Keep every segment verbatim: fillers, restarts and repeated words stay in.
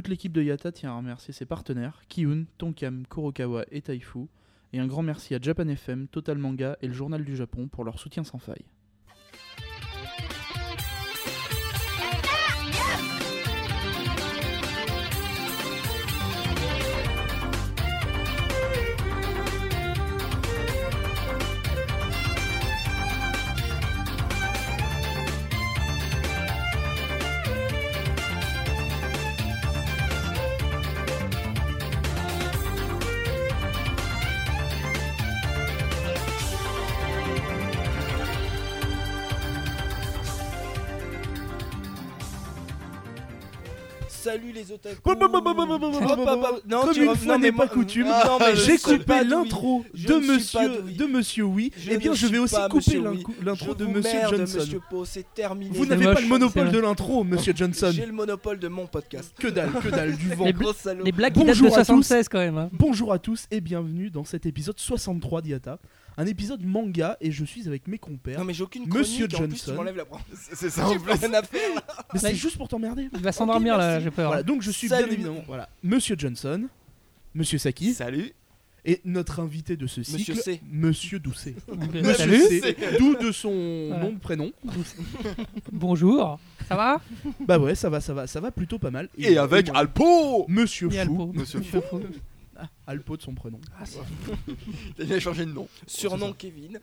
Toute l'équipe de Yata tient à remercier ses partenaires, Kiun, Tonkam, Kurokawa et Taifu. Et un grand merci à Japan F M, Total Manga et le Journal du Japon pour leur soutien sans faille. Salut les otaku. Hop, hop, hop, hop, hop, hop, hop, hop, hop, hop. Non, Comme tu une rem- fois non, n'est mais pas moi- coutume, Non, mais j'ai je suis coupé pas l'intro douille. de Je ne suis pas monsieur, douille. de monsieur Oui. Je Eh bien, ne je vais suis aussi pas couper Monsieur l'in- Oui. l'intro Je de vous Monsieur merde, Johnson. Monsieur Po, c'est terminé. Vous C'est n'avez moche, pas le monopole c'est de l'intro, Monsieur Johnson. J'ai le monopole de mon podcast. Que dalle, que dalle, du vent. Les, Gros salaud. les blagues qui datent Bonjour de à tous. soixante-seize quand même. Hein. Bonjour à tous et bienvenue dans cet épisode soixante-trois d'Iata. Un épisode manga et je suis avec mes compères. Non mais j'ai aucune Monsieur chronique, en plus tu Johnson. m'enlèves la bras. C'est ça en J'ai plus. rien à faire là. Mais c'est Ouais. juste pour t'emmerder. Il va s'endormir Ok, là, merci. j'ai peur. Voilà, donc je suis Salut. bien évidemment voilà, Monsieur Johnson, Monsieur Saki Salut. et notre invité de ce cycle, Monsieur C. Monsieur Doucet. Euh, Salut. C, d'où de son Voilà. nom de prénom. Bonjour. Ça va Bah ouais, ça va, ça va, ça va plutôt pas mal. Et avec moi, Alpo. Monsieur Et Fou, Alpo. Monsieur Monsieur Fou. Ah, Alpo de son prénom. Ah, c'est- Il a changé de nom. Surnom Kevin.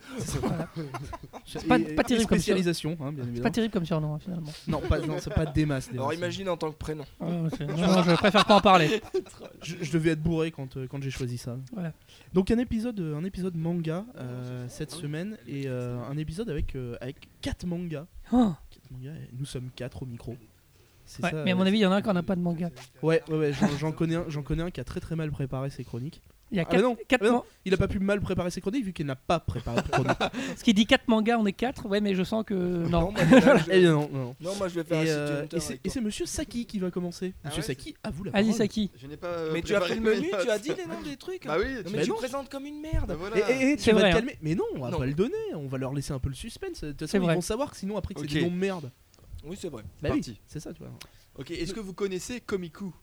C'est pas- pas terrible comme spécialisation, hein, bien C'est pas évidemment. terrible comme surnom hein, finalement. Non, pas, non, c'est pas Demas. Demas. Alors imagine en tant que prénom. Ah, c'est- non, non, je préfère pas en parler. Je, je devais être bourré quand, euh, quand j'ai choisi ça. Voilà. Donc un épisode, euh, un épisode manga euh, cette semaine et euh, un épisode avec euh, avec quatre mangas. Oh. Quatre mangas et nous sommes quatre au micro. C'est Ouais, ça, mais à mon euh, avis, il y en a un qui en a pas de manga. Ouais, ouais, ouais, j'en, j'en connais un, j'en connais un qui a très très mal préparé ses chroniques. Il y a Ah, quatre, mais non, quatre mais non. man- Il a pas pu mal préparer ses chroniques vu qu'il n'a pas préparé de chronique. Ce qui dit quatre mangas, on est quatre. Ouais, mais je sens que non. moi, je- Eh bien non, non, non. Non, moi je vais faire Et, un euh, City Hunter et c'est, avec et toi. c'est Monsieur Saki qui va commencer. Ah Monsieur ouais, Saki, à vous la Allez, parole. Saki. Je n'ai pas. euh, Mais tu as préparé fait le menu, mes notes. tu as dit les noms des trucs. Bah oui. Non, tu- mais Mais tu non. présentes comme une merde. Bah voilà. Et, et- et tu C'est vas vrai, te hein. calmer. Mais non, on va Non. pas le donner. On va leur laisser un peu le suspense. De toute C'est façon, ils vrai. vont savoir que sinon après que c'est Ok. des noms de merde. Oui, c'est vrai. Bah oui, Parti. c'est ça, tu vois. Ok. Est-ce que vous connaissez Komiku?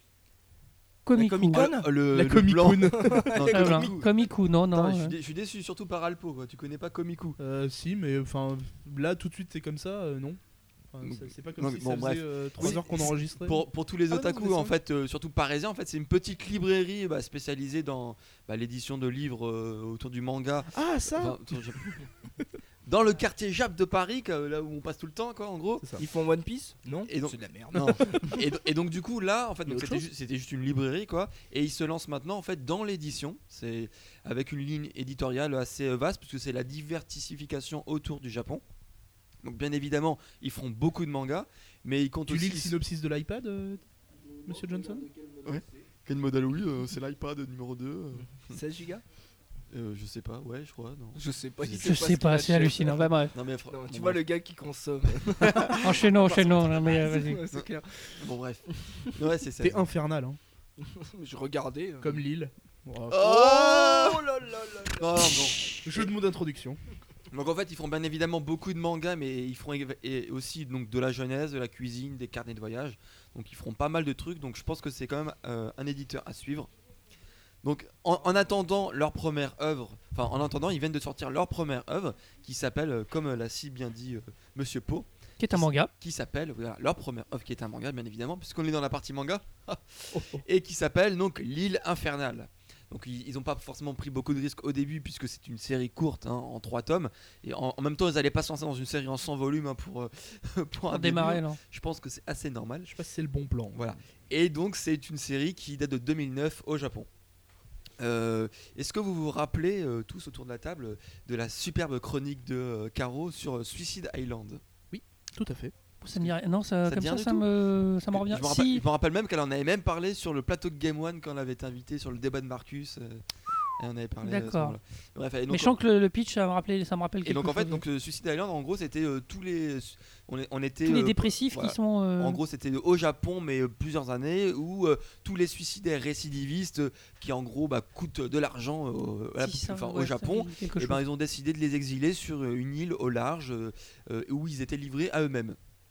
Comic Comic Con. Con Ah, le, La le Comic blanc. Con. Non, Ah, voilà. Komiku. Comic-Con, non, non. Putain, je, suis euh. dé- je suis déçu, surtout par Alpo. Quoi. Tu connais pas Komiku? Euh, si, mais enfin, là tout de suite c'est comme ça, euh, non. Enfin, Donc- c'est- c'est pas comme donc, si bon, ça bref. faisait euh, trois Oui, heures qu'on c'est- enregistrait. Pour, pour tous les Ah, non, otaku, mais en c'est fait, euh, surtout parisiens, en fait, c'est une petite librairie bah, spécialisée dans bah, l'édition de livres euh, autour du manga. Ah ça Enfin, autour du- dans le quartier Jap de Paris, quoi, là où on passe tout le temps, quoi, en gros. C'est ça. Ils font One Piece? Non. Et donc- C'est de la merde. Non. et, do- et donc du coup là en fait Mais donc, autre c'était, chose ju- c'était juste une librairie quoi et ils se lancent maintenant en fait dans l'édition, c'est avec une ligne éditoriale assez euh, vaste puisque c'est la diversification autour du Japon. Donc bien évidemment ils feront beaucoup de mangas mais ils comptent Tu aussi lis le synopsis de l'iPad, euh, Monsieur Johnson? quel modèle oui euh, c'est l'iPad numéro deux seize gigas? euh, je sais pas ouais je crois non Je sais pas. il Je sait sais ce qu'il pas, c'est achète. hallucinant. Bah, bref. non mais fr- Non, bon, tu vois bref. le gars qui consomme. Enchaînons, enchaînons. non, mais, euh, vas-y. Ouais, c'est clair. bon bref ouais c'est ça T'es infernal, hein, Je regardais. euh. comme Lille. Oh. Oh là là là. non, non, bon. Jeu de mots d'introduction. Donc en fait, ils font bien évidemment beaucoup de mangas, mais ils feront év- et aussi donc de la jeunesse, de la cuisine, des carnets de voyage. Donc ils feront pas mal de trucs. Donc je pense que c'est quand même euh, un éditeur à suivre. Donc en, en attendant leur première œuvre, enfin en attendant, ils viennent de sortir leur première œuvre qui s'appelle, euh, comme l'a si bien dit euh, Monsieur Po, Qui est un manga. qui s'appelle voilà, leur première œuvre qui est un manga bien évidemment, puisqu'on est dans la partie manga, Oh, oh. et qui s'appelle donc L'île infernale. Donc ils n'ont pas forcément pris beaucoup de risques au début puisque c'est une série courte hein, en trois tomes et en, en même temps ils n'allaient pas se lancer dans une série en cent volumes hein, pour, euh, pour, Pour un démarrer, début. non. Je pense que c'est assez normal. Je sais pas si c'est le bon plan. Voilà. Et donc c'est une série qui date de deux mille neuf au Japon. Euh, Est-ce que vous vous rappelez euh, tous autour de la table de la superbe chronique de euh, Caro sur euh, Suicide Island? Tout à fait. Ça me dit rien. Non, ça, Ça te comme dit ça, rien ça du tout me, ça me revient. Je me rappelle, Si. je me rappelle même qu'elle en avait même parlé sur le plateau de Game One quand on l'avait invité sur le débat de Marcus. euh, et on avait parlé. à ce D'accord. moment-là. Bref, et donc, Mais je sens que le, le pitch, ça me rappelle, ça me rappelle et quelque donc en fait, chose. donc euh, Suicide Island, en gros, c'était euh, tous les, on, est- on était tous les euh, dépressifs voilà. qui sont. euh, En gros, c'était au Japon, mais euh, plusieurs années, où euh, tous les suicidaires récidivistes euh, qui, en gros, bah, coûtent de l'argent euh, à la si popu- ça- enfin, ouais, au ça Japon, me dit quelque et chose. ben, ils ont décidé de les exiler sur euh, une île au large euh, euh, où ils étaient livrés à eux-mêmes.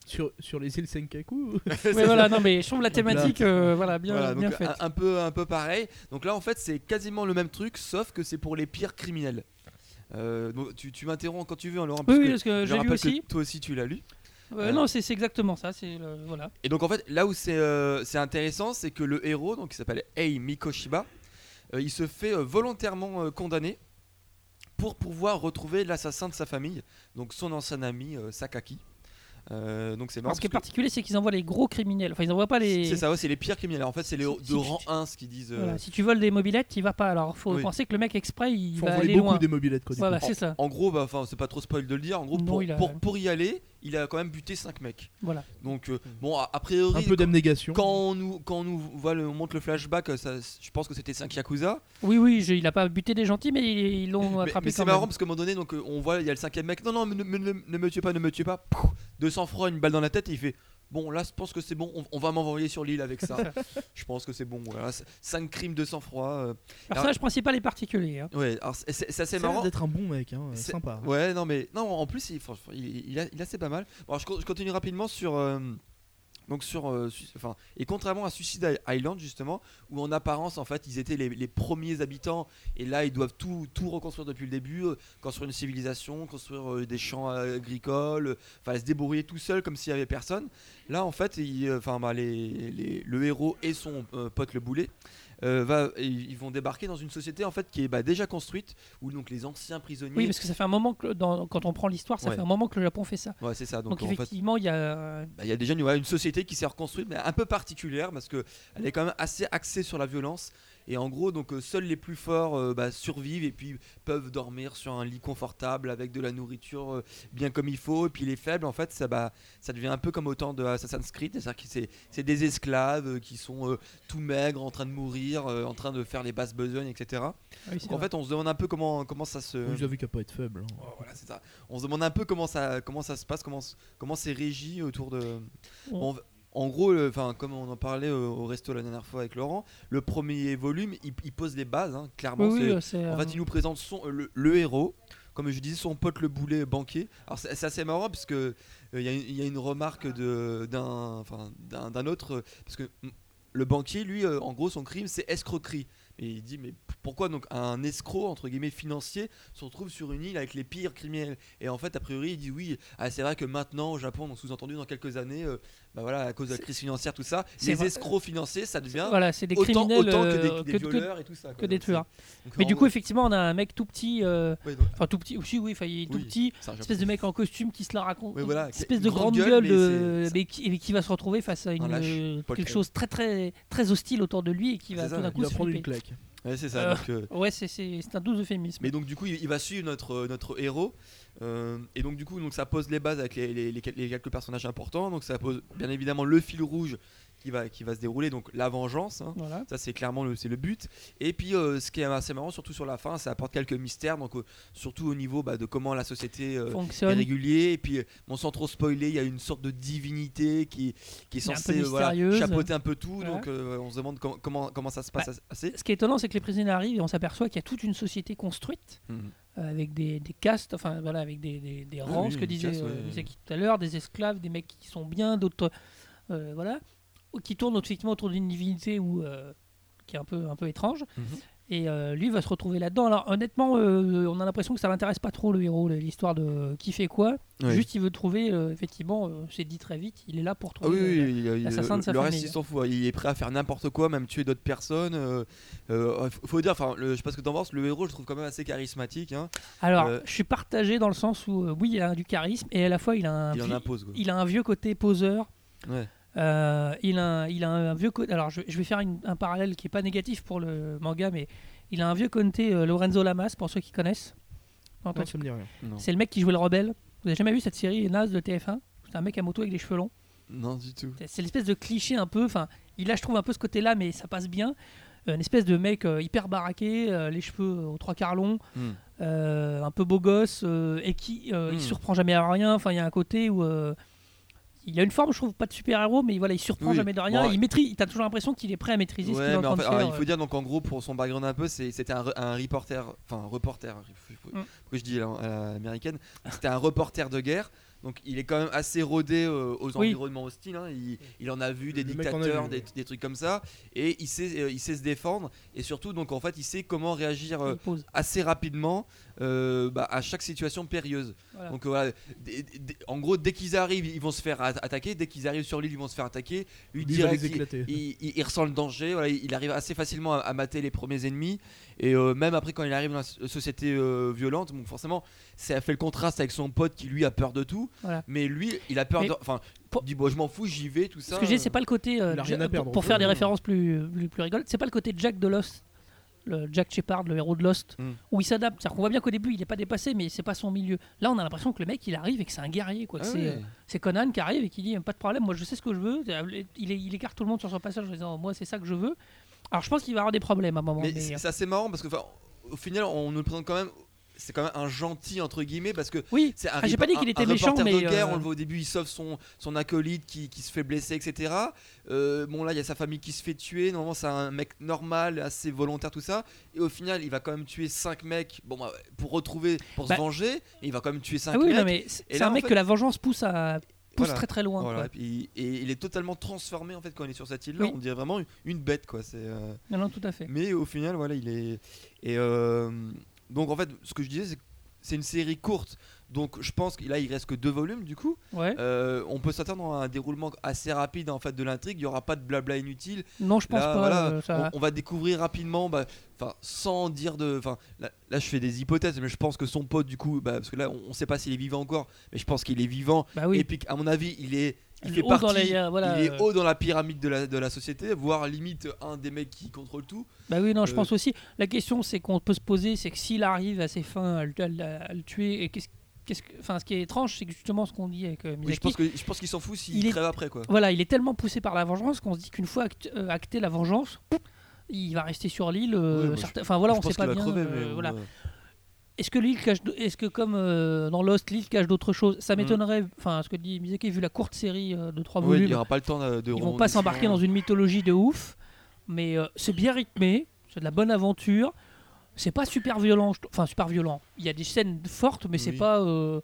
Sur, sur les îles Senkaku. Ouais, voilà, non mais je trouve la thématique euh, voilà, bien, Voilà, bien donc, faite. un, un peu, un peu pareil. Donc là, en fait, c'est quasiment le même truc, sauf que c'est pour les pires criminels. Euh, donc, tu, tu m'interromps quand tu veux, hein, Laurent. Oui, parce oui, que parce que je j'ai lu rappelle aussi. que toi aussi, tu l'as lu. Euh, Euh, non, c'est c'est exactement ça. C'est le- voilà. Et donc, en fait, là où c'est euh, c'est intéressant, c'est que le héros, donc, qui s'appelle Ei Mikoshiba, euh, il se fait euh, volontairement euh, condamner pour pouvoir retrouver l'assassin de sa famille, donc son ancien ami euh, Sakaki. Euh, donc c'est marrant. Alors, ce qui est parce que- particulier, c'est qu'ils envoient les gros criminels. Enfin, ils envoient pas les. C'est ça, ouais, c'est les pires criminels. En fait, c'est les Si- de si- rang un, ce qu'ils disent. euh, Voilà, si tu voles des mobilettes, tu vas pas. Alors, faut Oui. penser que le mec exprès, il Il faut va envoyer aller beaucoup loin. des mobilettes. Quoi, du Voilà, coup. c'est ça. En gros, bah, enfin, c'est pas trop spoil de le dire. En gros, Non, pour, il a- pour, pour y aller, il a quand même buté cinq mecs. Voilà. Donc, euh, bon, a, a priori, Un peu quand, d'abnégation. quand on nous, quand on nous voit le, on montre le flashback, euh, ça, je pense que c'était cinq Yakuza. Oui, oui, je- il a pas buté des gentils, mais ils ils l'ont Mais, attrapé mais quand c'est même. marrant parce qu'à un moment donné, donc, euh, on voit, il y a le cinquième mec. Non, non, ne, ne- ne- ne me tuez pas, ne me tuez pas. Pouf, de sang-froid, une balle dans la tête, et il fait. Bon, là, je pense que c'est bon, on, on va m'envoyer sur l'île avec ça. Je pense que c'est bon. Voilà, cinq crimes de sang-froid. euh. Le personnage principal est particulier. Hein. Ouais, alors c'est c'est- c'est assez Ça a l'air marrant. d'être un bon mec, hein, C'est- sympa. Ouais, non, mais non, en plus, il, franchement, il, il, a, il a assez pas mal. Bon, alors, je, co- je continue rapidement sur. euh, donc sur, euh, su- enfin, et contrairement à Suicide Island justement, où en apparence en fait ils étaient les, les premiers habitants, et là ils doivent tout, tout reconstruire depuis le début, euh, construire une civilisation, construire euh, des champs agricoles, euh, enfin se débrouiller tout seul comme s'il y avait personne. Là en fait, il- euh, enfin bah, les, les- le héros et son euh, pote le boulet. euh, va, ils ils vont débarquer dans une société en fait qui est bah, déjà construite, où donc les anciens prisonniers. Oui, parce que ça fait un moment que, dans- quand on prend l'histoire, ça Ouais. fait un moment que le Japon fait ça. Ouais, c'est ça. Donc, Donc, en fait, effectivement, il y a. bah, il y a déjà une, ouais, une société qui s'est reconstruite, mais un peu particulière parce que elle est quand même assez axée sur la violence. Et en gros, donc euh, seuls les plus forts euh, bah, survivent et puis peuvent dormir sur un lit confortable avec de la nourriture euh, bien comme il faut. Et puis les faibles, en fait, ça, bah, ça devient un peu comme au temps de Assassin's Creed, c'est-à-dire que c'est, c'est des esclaves euh, qui sont euh, tout maigres, en train de mourir, euh, en train de faire les basses besognes, et cetera. Ah oui, c'est Donc en vrai. fait, on se demande un peu comment comment ça se. Vous avez qu'à pas être faible. hein. Oh, voilà, c'est ça. On se demande un peu comment ça, comment ça se passe, comment, s- comment c'est régi autour de. On- Bon, en gros, le- enfin, comme on en parlait au, au resto la dernière fois avec Laurent, le premier volume, il, il pose les bases, hein, clairement. Oui, c'est- oui, euh, c'est. en euh, fait, il nous présente son, le, le héros, comme je disais, son pote le boulet banquier. Alors c'est, c'est assez marrant parce que euh, il y, a une- il y a une remarque de, d'un, enfin, d'un, d'un autre, euh, parce que mm, le banquier, lui, euh, en gros, son crime, c'est escroquerie. Et il dit, mais p- pourquoi donc un escroc, entre guillemets, financier, se retrouve sur une île avec les pires criminels? Et en fait, a priori, il dit, oui, ah, c'est vrai que maintenant, au Japon, donc sous-entendu, dans quelques années, euh, bah voilà, à cause de la C'est- crise financière, tout ça, c'est les vrai. escrocs financiers, ça devient Voilà, c'est des autant, criminels autant que euh, des, des que- que- violeurs et tout ça. quoi. que des Donc, c'est- tueurs. donc, Mais en du gros- coup, effectivement, on a un mec tout petit, euh, ouais, donc, enfin tout petit aussi, oui, enfin il est tout Oui, petit, c'est un Japon. espèce de mec en costume qui se la raconte, Ouais, voilà, une qui a espèce une de grande grande gueule, gueule, mais de- c'est- mais qui, et qui va se retrouver face à une, lâche, euh, Paul quelque Crane. chose très très très hostile autour de lui et qui C'est va ça, tout d'un il coup Il va se prendre une flipper. claque. Ouais, c'est ça. Euh, donc, euh, Ouais, c'est c'est c'est un doux euphémisme. Mais donc du coup il, il va suivre notre, notre héros, euh, et donc du coup donc, ça pose les bases avec les, les, les, les quelques personnages importants. Donc ça pose bien évidemment le fil rouge qui va, qui va se dérouler, donc la vengeance, hein. Voilà. Ça c'est clairement le, c'est le but. Et puis euh, ce qui est assez marrant surtout sur la fin, ça apporte quelques mystères, donc euh, surtout au niveau bah, de comment la société euh, est Fonctionne. régulier. Et puis euh, bon, sans trop spoiler, il y a une sorte de divinité qui, qui est Qui est un censée peu euh, voilà, mystérieuse. chapeauter un peu tout. Voilà. Donc euh, on se demande com- comment, comment ça se passe Bah, assez. Ce qui est étonnant, c'est que les prisonniers arrivent et on s'aperçoit qu'il y a toute une société construite Mhm. euh, avec des, des castes, enfin voilà, avec des, des, des Oui, rangs, oui, ce que une disait, caste, euh, ouais. disait Guy tout à l'heure, des esclaves, des mecs qui sont bien, d'autres, euh, voilà, qui tournent effectivement autour d'une divinité ou euh, qui est un peu, un peu étrange. Mhm. Et euh, lui va se retrouver là-dedans. Alors honnêtement, euh, on a l'impression que ça l'intéresse pas trop le héros, l'histoire de qui fait quoi. Ouais. Juste, il veut trouver, euh, effectivement, euh, c'est dit très vite, il est là pour Ah oui, trouver. oui, euh, il- il- l'assassin le, de sa le reste famille. il s'en fout, hein. Il est prêt à faire n'importe quoi, même tuer d'autres personnes. euh, euh, faut, faut dire, enfin, le- je sais pas ce que t'en penses, le héros je le trouve quand même assez charismatique, hein. Alors, euh, je suis partagé dans le sens où, euh, oui, il a du charisme et à la fois, il a un, il en vi- impose quoi. il a un vieux côté poseur. Ouais. Euh, il, a un, il a un vieux côté. Alors, je, je vais faire une- un parallèle qui est pas négatif pour le manga, mais il a un vieux côté euh, Lorenzo Lamas, pour ceux qui connaissent. Non, toi, Non, ça me dit rien. Non. c'est le mec qui jouait le rebelle. Vous avez jamais vu cette série naze de T F un? C'est un mec à moto avec des cheveux longs. Non, du tout. C'est- C'est l'espèce de cliché un peu. Enfin, il a, je trouve, un peu ce côté-là, mais ça passe bien. Euh, une espèce de mec euh, hyper baraqué, euh, les cheveux aux trois quarts longs, Hmm. euh, un peu beau gosse, euh, et qui euh, il Hmm. surprend jamais à rien. Enfin, il y a un côté où euh, il a une forme, je trouve, pas de super-héros, mais voilà, il surprend Oui. jamais de rien. Bon, il maîtrise. T'as toujours l'impression qu'il est prêt à maîtriser ce qu'il est Ouais, en mais train en de fait, faire. alors, il faut euh. dire donc en gros pour son background un peu, c'est- c'était un, re- un reporter, enfin un reporter, il faut- il faut- Mm. pourquoi je dis à la- à l'américaine, c'était un reporter de guerre. Donc il est quand même assez rodé euh, aux Oui. environnements hostiles. Hein. Il, il en a vu des Le mec en a dictateurs, vu, des, ouais. des trucs comme ça, et il sait, euh, il sait se défendre. Et surtout, donc en fait, il sait comment réagir euh, Il pose. assez rapidement euh, bah, à chaque situation périlleuse. Voilà. Donc euh, voilà, d- d- en gros, dès qu'ils arrivent, ils vont se faire a- attaquer. Dès qu'ils arrivent sur l'île, ils vont se faire attaquer. Lui, Lui, il va direct, les il, éclater. il- il- il ressent le danger. Voilà, il, il arrive assez facilement à, à mater les premiers ennemis. Et euh, même après, quand il arrive dans la so- société euh, violente, bon, forcément, ça fait le contraste avec son pote qui lui a peur de tout. Voilà. Mais lui, il a peur Mais de. Enfin, pour- il dit bon, je m'en fous, j'y vais, tout ça. Ce que j'ai, c'est pas le côté. euh, Il a rien Ja- à perdre, pour en faire fait. des références plus, plus, plus rigolotes, c'est pas le côté Jack de Lost, le Jack Shepard, le héros de Lost, Mm. où il s'adapte. C'est-à-dire qu'on voit bien qu'au début, il est pas dépassé, mais c'est pas son milieu. Là, on a l'impression que le mec, il arrive et que c'est un guerrier. Quoi. Ah c'est, ouais. euh, c'est Conan qui arrive et qui dit pas de problème, moi je sais ce que je veux. Il, est- il écarte tout le monde sur son passage en disant moi c'est ça que je veux. Alors je pense qu'il va avoir des problèmes à un moment. Mais mais, c'est euh, c'est assez marrant parce que, enfin, au final, on nous le présente quand même. C'est quand même un gentil entre guillemets parce que oui, c'est un, Ah, j'ai pas rip- dit qu'il un- était un méchant, reporter mais de guerre. euh, On le voit au début, il sauve son, son acolyte qui, qui se fait blesser, et cetera. Euh, bon là, il y a sa famille qui se fait tuer. Normalement, c'est un mec normal, assez volontaire, tout ça. Et au final, il va quand même tuer cinq mecs. Bon, bah, pour retrouver, pour Bah, se venger. Et il va quand même tuer cinq ah oui, mecs. non, mais c'est, Et c'est là, un en mec fait- que la vengeance pousse à pousse Voilà. très très loin. Voilà, quoi. et, puis- et il est totalement transformé en fait quand il est sur cette île-là. Oui. On dirait vraiment une, une bête, quoi. C'est. euh, Non, non, tout à fait. Mais au final, voilà, il est. Et euh, donc en fait, ce que je disais, c'est que c'est une série courte. Donc je pense que là, il reste que deux volumes du coup. Ouais. Euh, on peut s'attendre à un déroulement assez rapide en fait de l'intrigue. Il y aura pas de blabla inutile. Non, je pense Là, pas. voilà, euh, ça... on, on va découvrir rapidement, bah, enfin, sans dire de, enfin, là, là, je fais des hypothèses, mais je pense que son pote du coup, bah, parce que là, on, on sait pas s'il est vivant encore, mais je pense qu'il est vivant. Bah oui. Et puis, à mon avis, il est, il Il fait est haut partie, dans les, euh, voilà, il est euh, haut dans la pyramide de la, de la société, voire limite un des mecs qui contrôle tout. Bah oui, non, je Euh, pense aussi. La question, c'est qu'on peut se poser, c'est que s'il arrive à ses fins à, le- à le- à le tuer, et qu'est-ce, qu'est-ce que, enfin, ce qui est étrange, c'est que justement ce qu'on dit avec euh, Oui, je Miyazaki, pense que, je pense qu'il s'en fout s'il Il est- crève après quoi. voilà, il est tellement poussé par la vengeance qu'on se dit qu'une fois act- euh, acté la vengeance, il va rester sur l'île. euh, Ouais, moi, certain- Enfin voilà, je on pense sait pas qu'il va bien. crever, euh, mais voilà. bon, euh, Est-ce que l'île cache, d- est-ce que comme euh, dans Lost, l'île cache d'autres choses Ça Mm. m'étonnerait. Enfin, ce que dit Miyazaki, vu la courte série euh, de trois ouais, volumes, il n'y aura pas le temps de, de ils vont pas s'embarquer dans une mythologie de ouf, mais euh, c'est bien rythmé, c'est de la bonne aventure. C'est pas super violent, je t- enfin super violent. Il y a des scènes fortes, mais c'est Oui. pas, euh,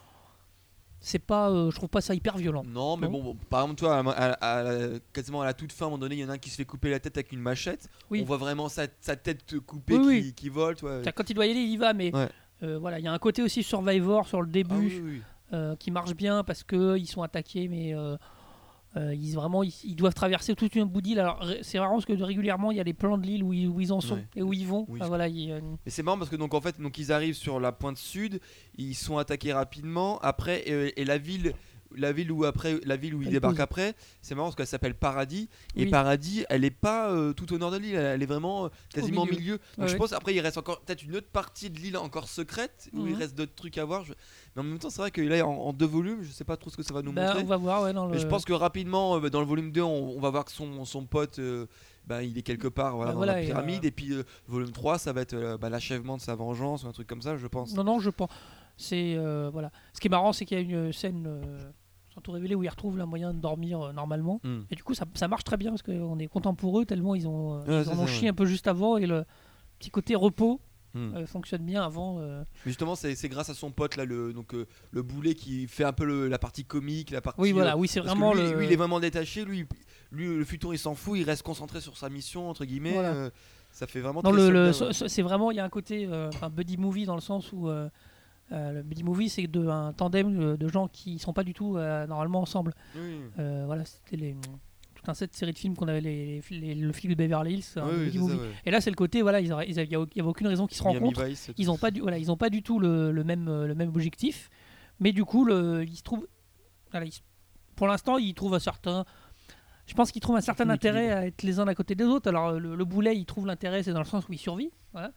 c'est pas, euh, je trouve pas ça hyper violent. Non, mais Non. bon, bon, par exemple, toi, à, à- à la- quasiment à la toute fin, à un moment donné, il y en a un qui se fait couper la tête avec une machette. Oui. On voit vraiment sa, sa tête coupée Oui, qui, oui. qui vole. Toi. C'est-à-dire, quand il doit y aller, il y va, mais Ouais. euh, voilà, il y a un côté aussi Survivor sur le Ah début oui, oui, oui. euh, qui marche bien parce que ils sont attaqués, mais euh, euh, ils vraiment ils, ils doivent traverser toute une bout d'île. Alors ré- c'est marrant parce que régulièrement il y a des plans de l'île où ils, où ils en sont Ouais. et où ils vont. Oui, Enfin, je- voilà, ils, euh, Mais c'est marrant parce que donc en fait donc ils arrivent sur la pointe sud, ils sont attaqués rapidement après euh, et la ville la ville où après la ville où ils Elle débarquent pose. après, c'est marrant parce qu'elle s'appelle Paradis et Oui. Paradis, elle est pas euh, tout au nord de l'île, elle, elle est vraiment euh, quasiment au milieu. milieu. Donc Ouais, je ouais. pense après il reste encore peut-être une autre partie de l'île encore secrète où il Mhm. reste d'autres trucs à voir. Je- Mais en même temps, c'est vrai que là en, en deux volumes, je sais pas trop ce que ça va nous bah, montrer. on va voir. Ouais, dans Mais le- je pense que rapidement, euh, bah, dans le volume deux, on, on va voir que son, son pote, euh, bah, il est quelque part voilà, Bah, dans voilà, la et, pyramide. euh, Et puis, euh, volume trois, ça va être euh, bah, l'achèvement de sa vengeance ou un truc comme ça, je pense. Non, non, je pense. C'est euh, voilà. Ce qui est marrant, c'est qu'il y a une scène euh, sans tout révéler où ils retrouvent la moyen de dormir euh, normalement. Hmm. Et du coup, ça, ça marche très bien parce qu'on est content pour eux tellement ils ont, euh, Ouais, ils c'est en ont ça, chié ouais. un peu juste avant et le petit côté repos Hmm. euh, fonctionne bien avant. euh, Mais justement, c'est c'est grâce à son pote, là, le, donc, euh, le boulet, qui fait un peu le- la partie comique, la partie. Oui, euh, voilà, oui, c'est parce que vraiment lui, le. lui, il est vraiment détaché. Lui, lui, le futon, il s'en fout. Il reste concentré sur sa mission, entre guillemets. Voilà. euh, ça fait vraiment Non, très le, le- soldat, ouais. so- c'est vraiment, il y a un côté euh, un buddy movie dans le sens où euh, euh, le buddy movie c'est de, un tandem de, de gens qui sont pas du tout euh, normalement ensemble. Oui, Euh, voilà, c'était les, tout un set de séries de films qu'on avait, les, les- le flic de Beverly Hills, c'est un oui, oui, buddy c'est ça, movie. ouais. Et là, c'est le côté, voilà, ils auraient- ils avaient- il n'y avait aucune raison qu'ils se Miami rencontrent. Vice, tout Ils n'ont pas, du, voilà, ils ont pas du tout le, le même, euh, le même objectif, mais du coup, le, ils se trouvent, voilà, ils se- pour l'instant, ils trouvent un certain, je pense qu'ils trouvent un certain Certain intérêt équilibre. à être les uns à côté des autres. Alors le, le boulet, il trouve l'intérêt, c'est dans le sens où il survit. Voilà.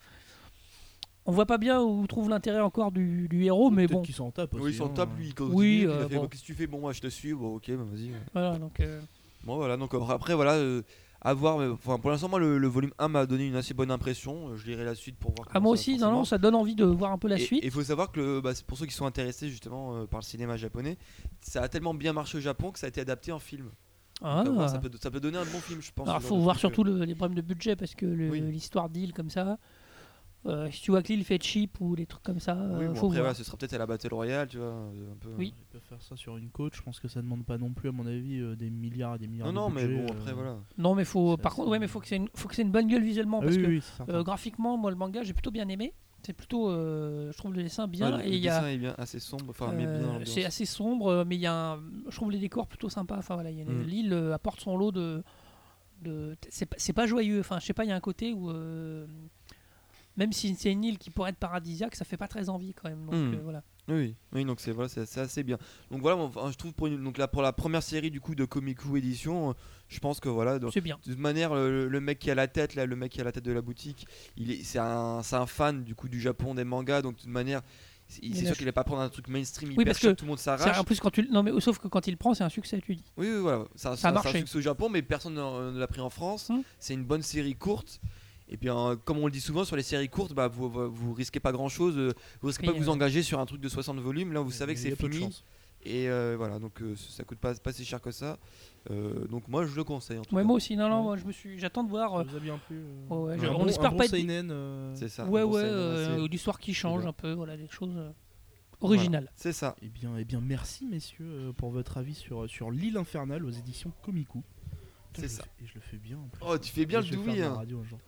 On voit pas bien où trouve l'intérêt encore du, du héros, mais Peut-être bon, qu'ils s'en tapent aussi. Oui, son hein. top, lui, il continue, Oui, puis il euh, a fait, bon. bah, qu'est-ce que tu fais? Bon, moi, je te suis. Bon, ok, bah, vas-y. voilà. Donc, euh, Bon, voilà, donc euh, après, voilà, euh, à voir. mais, enfin, pour l'instant, moi, le, le volume un m'a donné une assez bonne impression. Euh, Je lirai la suite pour voir. ah, comment moi ça va aussi, non, forcément. non, ça donne envie de voir un peu la Et- suite. Et il faut savoir que, le- bah, c'est pour ceux qui sont intéressés justement euh, par le cinéma japonais, ça a tellement bien marché au Japon que ça a été adapté en film. Ah. Donc, à voir, ça, peut, ça peut donner un bon film, je pense. Alors, ce faut genre de voir truc, surtout le- les problèmes de budget parce que le- Oui. l'histoire d'île comme ça. Euh, si tu vois que l'île fait cheap ou des trucs comme ça, Oui, euh, bon, faut après, voir. ouais, ce sera peut-être à la Battle Royale, tu vois. Un peu... Oui. Ils peuvent faire ça sur une côte. Je pense que ça demande pas non plus, à mon avis, euh, des milliards et des milliards Non, de non, mais budget, bon, après, euh, voilà. Non, mais faut. C'est Par assez- contre, ouais, mais faut que c'est une, faut que c'est une bonne gueule visuellement Ah parce oui, que oui, c'est certain. euh, graphiquement, moi, le manga, j'ai plutôt bien aimé. C'est plutôt, euh, je trouve le dessin bien Ouais, le et il y dessin a. est bien, assez sombre, enfin, mais euh, bien l'ambiance. c'est assez sombre, mais il y a, un, je trouve les décors plutôt sympas. Enfin voilà, il y a une- Mm. l'île euh, apporte son lot de. de c'est pas, c'est pas joyeux. Enfin, je sais pas, il y a un côté où. euh, même si c'est une île qui pourrait être paradisiaque, ça fait pas très envie quand même. Donc Mm. euh, voilà. Oui, oui, donc c'est voilà, c'est c'est assez bien. Donc voilà, moi, enfin, je trouve pour une- donc là pour la première série du coup de Komiku édition, euh, je pense que voilà, de, C'est bien. de toute manière le, le mec qui a la tête là, le mec qui a la tête de la boutique, il est c'est un c'est un fan du coup du Japon des mangas, donc de toute manière c'est Mais c'est là, sûr je- qu'il va pas prendre un truc mainstream Oui, hyper parce cher, que tout le monde C'est- s'arrache. En plus, quand tu, non mais sauf que quand il le prend, c'est un succès, tu dis. Oui, oui, voilà, ça, Ça a c'est marché. un succès au Japon, mais personne ne ne l'a pris en France. Hmm. C'est une bonne série courte. Et bien, comme on le dit souvent sur les séries courtes, bah, vous, vous, vous risquez pas grand chose. Vous risquez pas Oui, de vous euh, engager sur un truc de soixante volumes. Là, vous savez que Il y c'est a peu de fini. chance. Et euh, voilà, donc euh, ça coûte pas, pas si cher que ça. Euh, donc moi, je le conseille en tout Ouais, cas. moi aussi. Non, non, Ouais. moi je me suis. J'attends de voir. Ça euh, vous a bien plu. euh, Ouais, ouais, un je- bon- on espère un bon pas être- seinen, euh, C'est ça. ouais, Bon, ouais, c'est- euh, c'est- ou d'histoire qui change bien. un peu, voilà, des choses euh, voilà, originales. c'est ça. Eh bien, eh bien, merci messieurs euh, pour votre avis sur, sur l'île infernale aux éditions Komiku. C'est Putain, je le ça. fais- Et je le fais bien en plus. Oh, tu fais bien Et le je vais faire douille. de la Hein. radio un jour.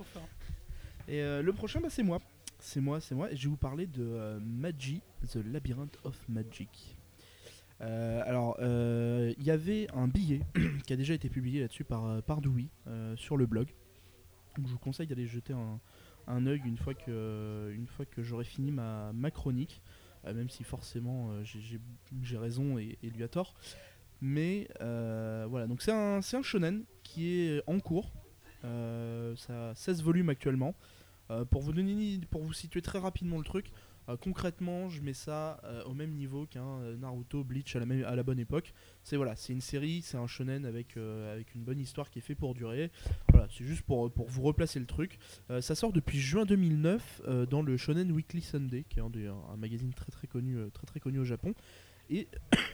Et euh, le prochain, bah, c'est moi. C'est moi, c'est moi. Et je vais vous parler de euh, Magi, The Labyrinth of Magic. Euh, alors, euh, il y avait un billet qui a déjà été publié là-dessus par, euh, par Dewey euh, sur le blog. Donc, je vous conseille d'aller jeter un, un œil une fois que, une fois que j'aurai fini ma, ma chronique. Euh, même si forcément euh, j'ai- j'ai j'ai raison et, et lui a tort. Mais euh, voilà, donc c'est un, c'est un shonen qui est en cours. Euh, ça a seize volumes actuellement. Euh, pour vous donner une idée- pour vous situer très rapidement le truc, euh, concrètement, je mets ça euh, au même niveau qu'un euh, Naruto, Bleach à la, même, à la bonne époque. C'est voilà, c'est une série, c'est un shonen avec, euh, avec une bonne histoire qui est fait pour durer. Voilà, c'est juste pour, pour vous replacer le truc. Euh, ça sort depuis juin deux mille neuf euh, dans le Shonen Weekly Sunday, qui est un, des- un magazine très très connu, euh, très très connu au Japon. Et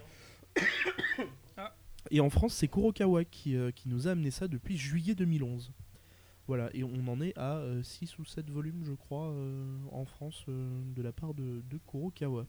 et en France, c'est Kurokawa qui, euh, qui nous a amené ça depuis juillet deux mille onze. Voilà, et on en est à six ou sept volumes, je crois, euh, en France, euh, de la part de, de Kurokawa.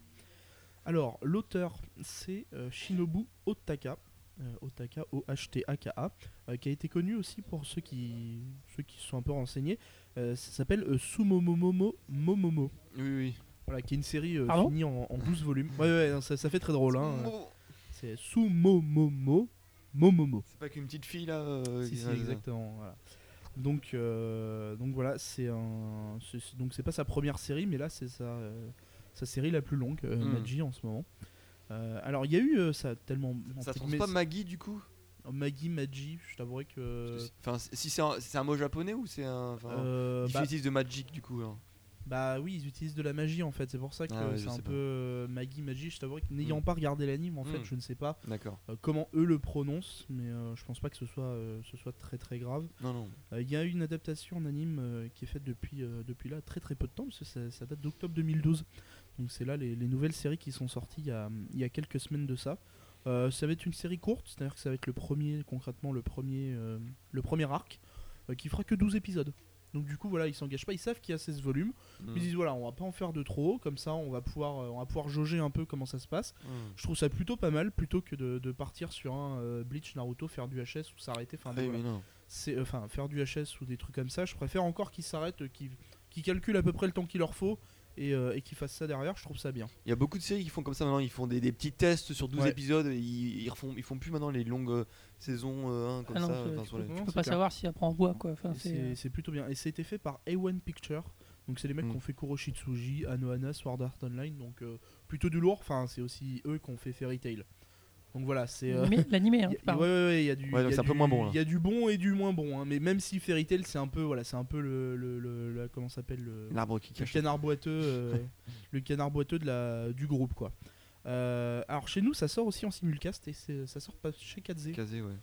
Alors, l'auteur, c'est euh, Shinobu Otaka, euh, Otaka, O H T A K A, euh, qui a été connu aussi pour ceux qui, ceux qui se sont un peu renseignés. Euh, ça s'appelle euh, Sumomomomo Momomo. Oui, oui. Voilà, qui est une série euh, Pardon finie en, en douze volumes. Ouais, ouais, non, ça, ça fait très drôle. Hein. Bon, C'est Sumomomo Momomo. c'est pas qu'une petite fille là. euh, Si, qui- si, ouais, exactement. Voilà. Donc, euh, donc voilà, c'est un, c'est- c'est- donc c'est pas sa première série, mais là c'est sa, euh, sa série la plus longue, euh, Mm. Magi en ce moment. Euh, alors il y a eu euh, ça a tellement. Ça entre trouve guillemets, pas Maggie du coup. Maggie, Magi, je t'avouerai que. Enfin, si c'est un, c'est un mot japonais ou c'est un. enfin, euh, ils bah, utilisent de Magic du coup. Hein. bah oui, ils utilisent de la magie en fait, c'est pour ça que Ah ouais, je c'est un sais peu pas. euh, Maggie, Magi. Je t'avouerai que n'ayant Mm. pas regardé l'anime, en fait, Mm. je ne sais pas D'accord. euh, comment eux le prononcent, mais euh, je pense pas que ce soit, euh, ce soit très très grave. Non, non. Euh, Il y a eu une adaptation en anime euh, qui est faite depuis, euh, depuis là très très peu de temps, parce que ça, ça date d'octobre deux mille douze. Donc c'est là les, les nouvelles séries qui sont sorties il y a, il y a quelques semaines de ça. Euh, ça va être une série courte, c'est-à-dire que ça va être le premier, concrètement le premier, euh, le premier arc, euh, qui fera que douze épisodes. Donc du coup voilà, ils s'engagent pas, ils savent qu'il y a seize volumes. Mm. Ils disent voilà, on va pas en faire de trop, comme ça on va pouvoir, euh, on va pouvoir jauger un peu comment ça se passe. Mm. Je trouve ça plutôt pas mal, plutôt que de, de partir sur un euh, Bleach Naruto, faire du H S ou s'arrêter. Enfin, Ah oui, voilà. mais non. C'est enfin faire du H S ou des trucs comme ça. Je préfère encore qu'ils s'arrêtent, euh, qu'ils qu'ils calculent à peu près le temps qu'il leur faut et, euh, et qu'ils fassent ça derrière. Je trouve ça bien. Il y a beaucoup de séries qui font comme ça maintenant. Ils font des, des petits tests sur douze Ouais. épisodes. Et ils, ils, refont, ils font plus maintenant les longues euh, saisons euh, un, comme Ah non, ça. c'est- enfin, tu sur peux, les- tu Non, peux c'est pas clair. savoir si après on voit quoi. Enfin, Et c'est, C'est euh, c'est plutôt bien. Et ça a été fait par A one Picture. Donc c'est les mecs Mm. qui ont fait Kuroshitsuji, Anohana, Sword Art Online. Donc euh, plutôt du lourd. Enfin c'est aussi eux qui ont fait Fairy Tail. Donc voilà, c'est. euh, l'animé- l'animé, hein, Y tu a- parles. ouais, ouais, ouais, il y a du, Ouais, donc il y a c'est un peu du- moins bon, là. il y a du bon et du moins bon, hein. Mais même si Fairy Tail, c'est un peu, voilà, c'est un peu le, le, le- la- comment ça s'appelle le, L'arbre qui le cache. canard boiteux, euh, le canard boiteux de la, du groupe, quoi. Euh, alors chez nous, ça sort aussi en simulcast et c'est- ça sort pas chez quatre Z. Casé, ouais.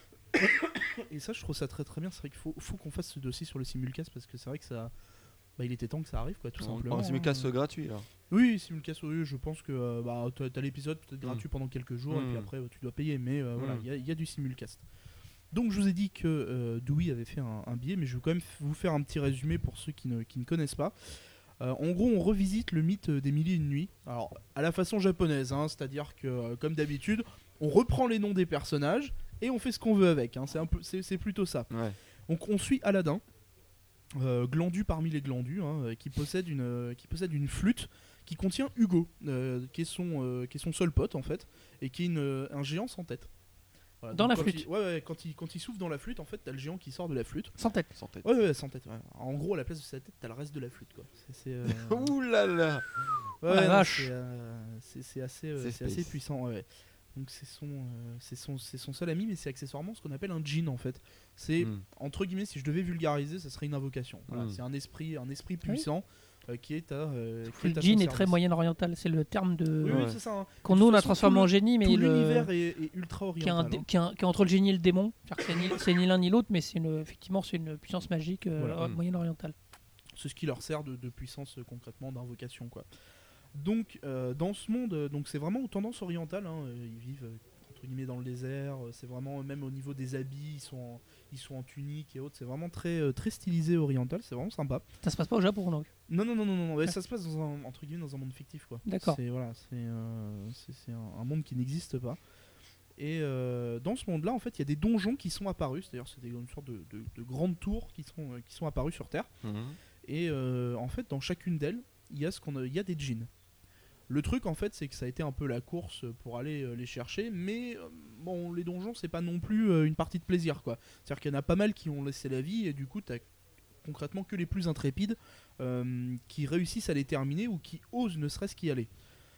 Et ça, je trouve ça très très bien. C'est vrai qu'il faut, faut qu'on fasse ce dossier sur le simulcast parce que c'est vrai que ça, bah, il était temps que ça arrive, quoi, tout simplement. Un simulcast hein. gratuit là. Oui, simulcast, oui, je pense que euh, bah, t'as t'as l'épisode peut-être Mm. gratuit pendant quelques jours et Mm. puis après euh, tu dois payer, mais euh, voilà, Mm. il y, a- il y a du simulcast. Donc je vous ai dit que euh, Dewey avait fait un, un billet, mais je vais quand même f- vous faire un petit résumé pour ceux qui ne, qui ne connaissent pas. Euh, en gros, on revisite le mythe des Mille et une nuits. Alors, à la façon japonaise, hein, c'est-à-dire que, euh, comme d'habitude, on reprend les noms des personnages et on fait ce qu'on veut avec. Hein, c'est, un peu, c'est, c'est plutôt ça. Ouais. Donc, on suit Aladdin, euh, glandu parmi les glandus, hein, euh, qui, possède une, euh, qui possède une flûte qui contient Hugo, euh, qui, est son, euh, qui est son seul pote en fait, et qui est une, euh, un géant sans tête. Voilà, Dans donc la quand flûte. il- ouais, ouais, quand il, quand il souffle dans la flûte, en fait, t'as le géant qui sort de la flûte. Sans tête. Sans tête. Ouais, ouais, sans tête. Ouais. En gros, à la place de sa tête, t'as le reste de la flûte, quoi. C'est, c'est, euh, Ouh là là. ouais, Oh la non, vache. c'est, euh, c'est, c'est assez, euh, C'est c'est assez space. puissant. Ouais. Donc c'est son, euh, c'est son, c'est son seul ami, mais c'est accessoirement ce qu'on appelle un djinn en fait. C'est Mm. entre guillemets, si je devais vulgariser, ça serait une invocation. Voilà, Mm. c'est un esprit, un esprit puissant euh, qui est à. euh, qui est à Le ton djinn est très service. moyen-oriental, c'est le terme de Oui, Ouais. oui, c'est ça. hein. qu'on De nous toute on a façon, transformé tout en le- génie, mais Tout le l'univers est, est ultra qui est, un oriental. dé- hein. qui est un- qui est entre le génie et le démon. C'est-à-dire que c'est ni, c'est ni l'un ni l'autre, mais c'est une, effectivement c'est une puissance magique euh, Voilà. euh, Mm. moyen-orientale. C'est ce qui leur sert de, de puissance euh, concrètement d'invocation quoi. Donc euh, dans ce monde, euh, donc c'est vraiment aux tendances orientales. hein, euh, ils vivent euh, entre guillemets dans le désert. euh, C'est vraiment même au niveau des habits, ils sont en, ils sont en tunique et autres. C'est vraiment très euh, très stylisé oriental. C'est vraiment sympa. Ça se passe pas au Japon donc. Non non non non non. non, ouais, ça se passe dans un entre guillemets dans un monde fictif quoi. D'accord. C'est voilà, c'est euh, c'est c'est un, un monde qui n'existe pas. Et euh, dans ce monde-là, en fait, il y a des donjons qui sont apparus. C'est-à-dire, c'est des, une sorte de, de- de grandes tours qui sont euh, qui sont apparues sur Terre. Mhm. Et euh, en fait, dans chacune d'elles, il y a ce qu'on a- il y a des djinns. Le truc, en fait, c'est que ça a été un peu la course pour aller euh, les chercher, mais euh, bon, les donjons, c'est pas non plus euh, une partie de plaisir, quoi. C'est-à-dire qu'il y en a pas mal qui ont laissé la vie, et du coup, t'as concrètement que les plus intrépides euh, qui réussissent à les terminer ou qui osent ne serait-ce qu'y aller.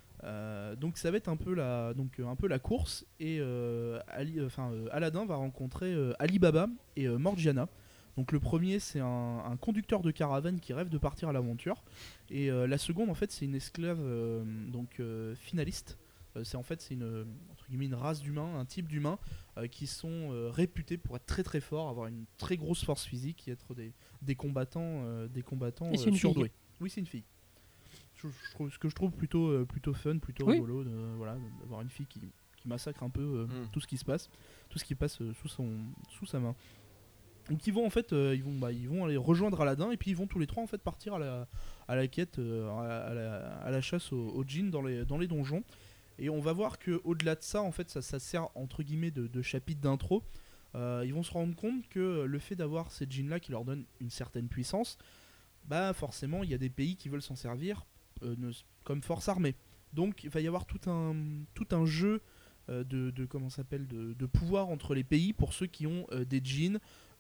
Euh, donc ça va être un peu la, donc, euh, un peu la course, et euh, Ali, euh, enfin, euh, Aladdin va rencontrer euh, Ali Baba et euh, Morgiana. Donc le premier c'est un, un conducteur de caravane qui rêve de partir à l'aventure, et euh, la seconde en fait c'est une esclave euh, donc euh, finaliste. Euh, c'est en fait c'est une entre guillemets une race d'humains, un type d'humains euh, qui sont euh, réputés pour être très très forts, avoir une très grosse force physique et être des, des combattants euh, des combattants Et c'est euh, une surdoués. fille. Oui c'est une fille. Je, je trouve, ce que je trouve plutôt euh, plutôt fun, plutôt Oui. rigolo, de, voilà, d'avoir une fille qui, qui massacre un peu euh, Mm. tout ce qui se passe, tout ce qui passe euh, sous son sous sa main. Donc ils vont en fait, euh, ils vont, bah, ils vont aller rejoindre Aladdin et puis ils vont tous les trois en fait partir à la, à la quête, euh, à, la, à la- à la chasse aux, aux djinns dans les, dans les donjons. Et on va voir que au-delà de ça, en fait, ça, ça sert entre guillemets de, de chapitre d'intro. Euh, ils vont se rendre compte que le fait d'avoir ces djinns là qui leur donnent une certaine puissance, bah forcément il y a des pays qui veulent s'en servir euh, ne- comme force armée. Donc il va y avoir tout un, tout un jeu euh, de, de comment ça s'appelle de, de pouvoir entre les pays pour ceux qui ont euh, des djinns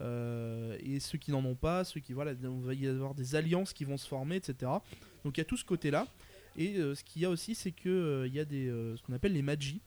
euh, et ceux qui n'en ont pas, ceux qui voilà, on va y avoir des alliances qui vont se former, et cetera. Donc il y a tout ce côté-là. Et euh, ce qu'il y a aussi, c'est que euh, il y a des euh, ce qu'on appelle les magis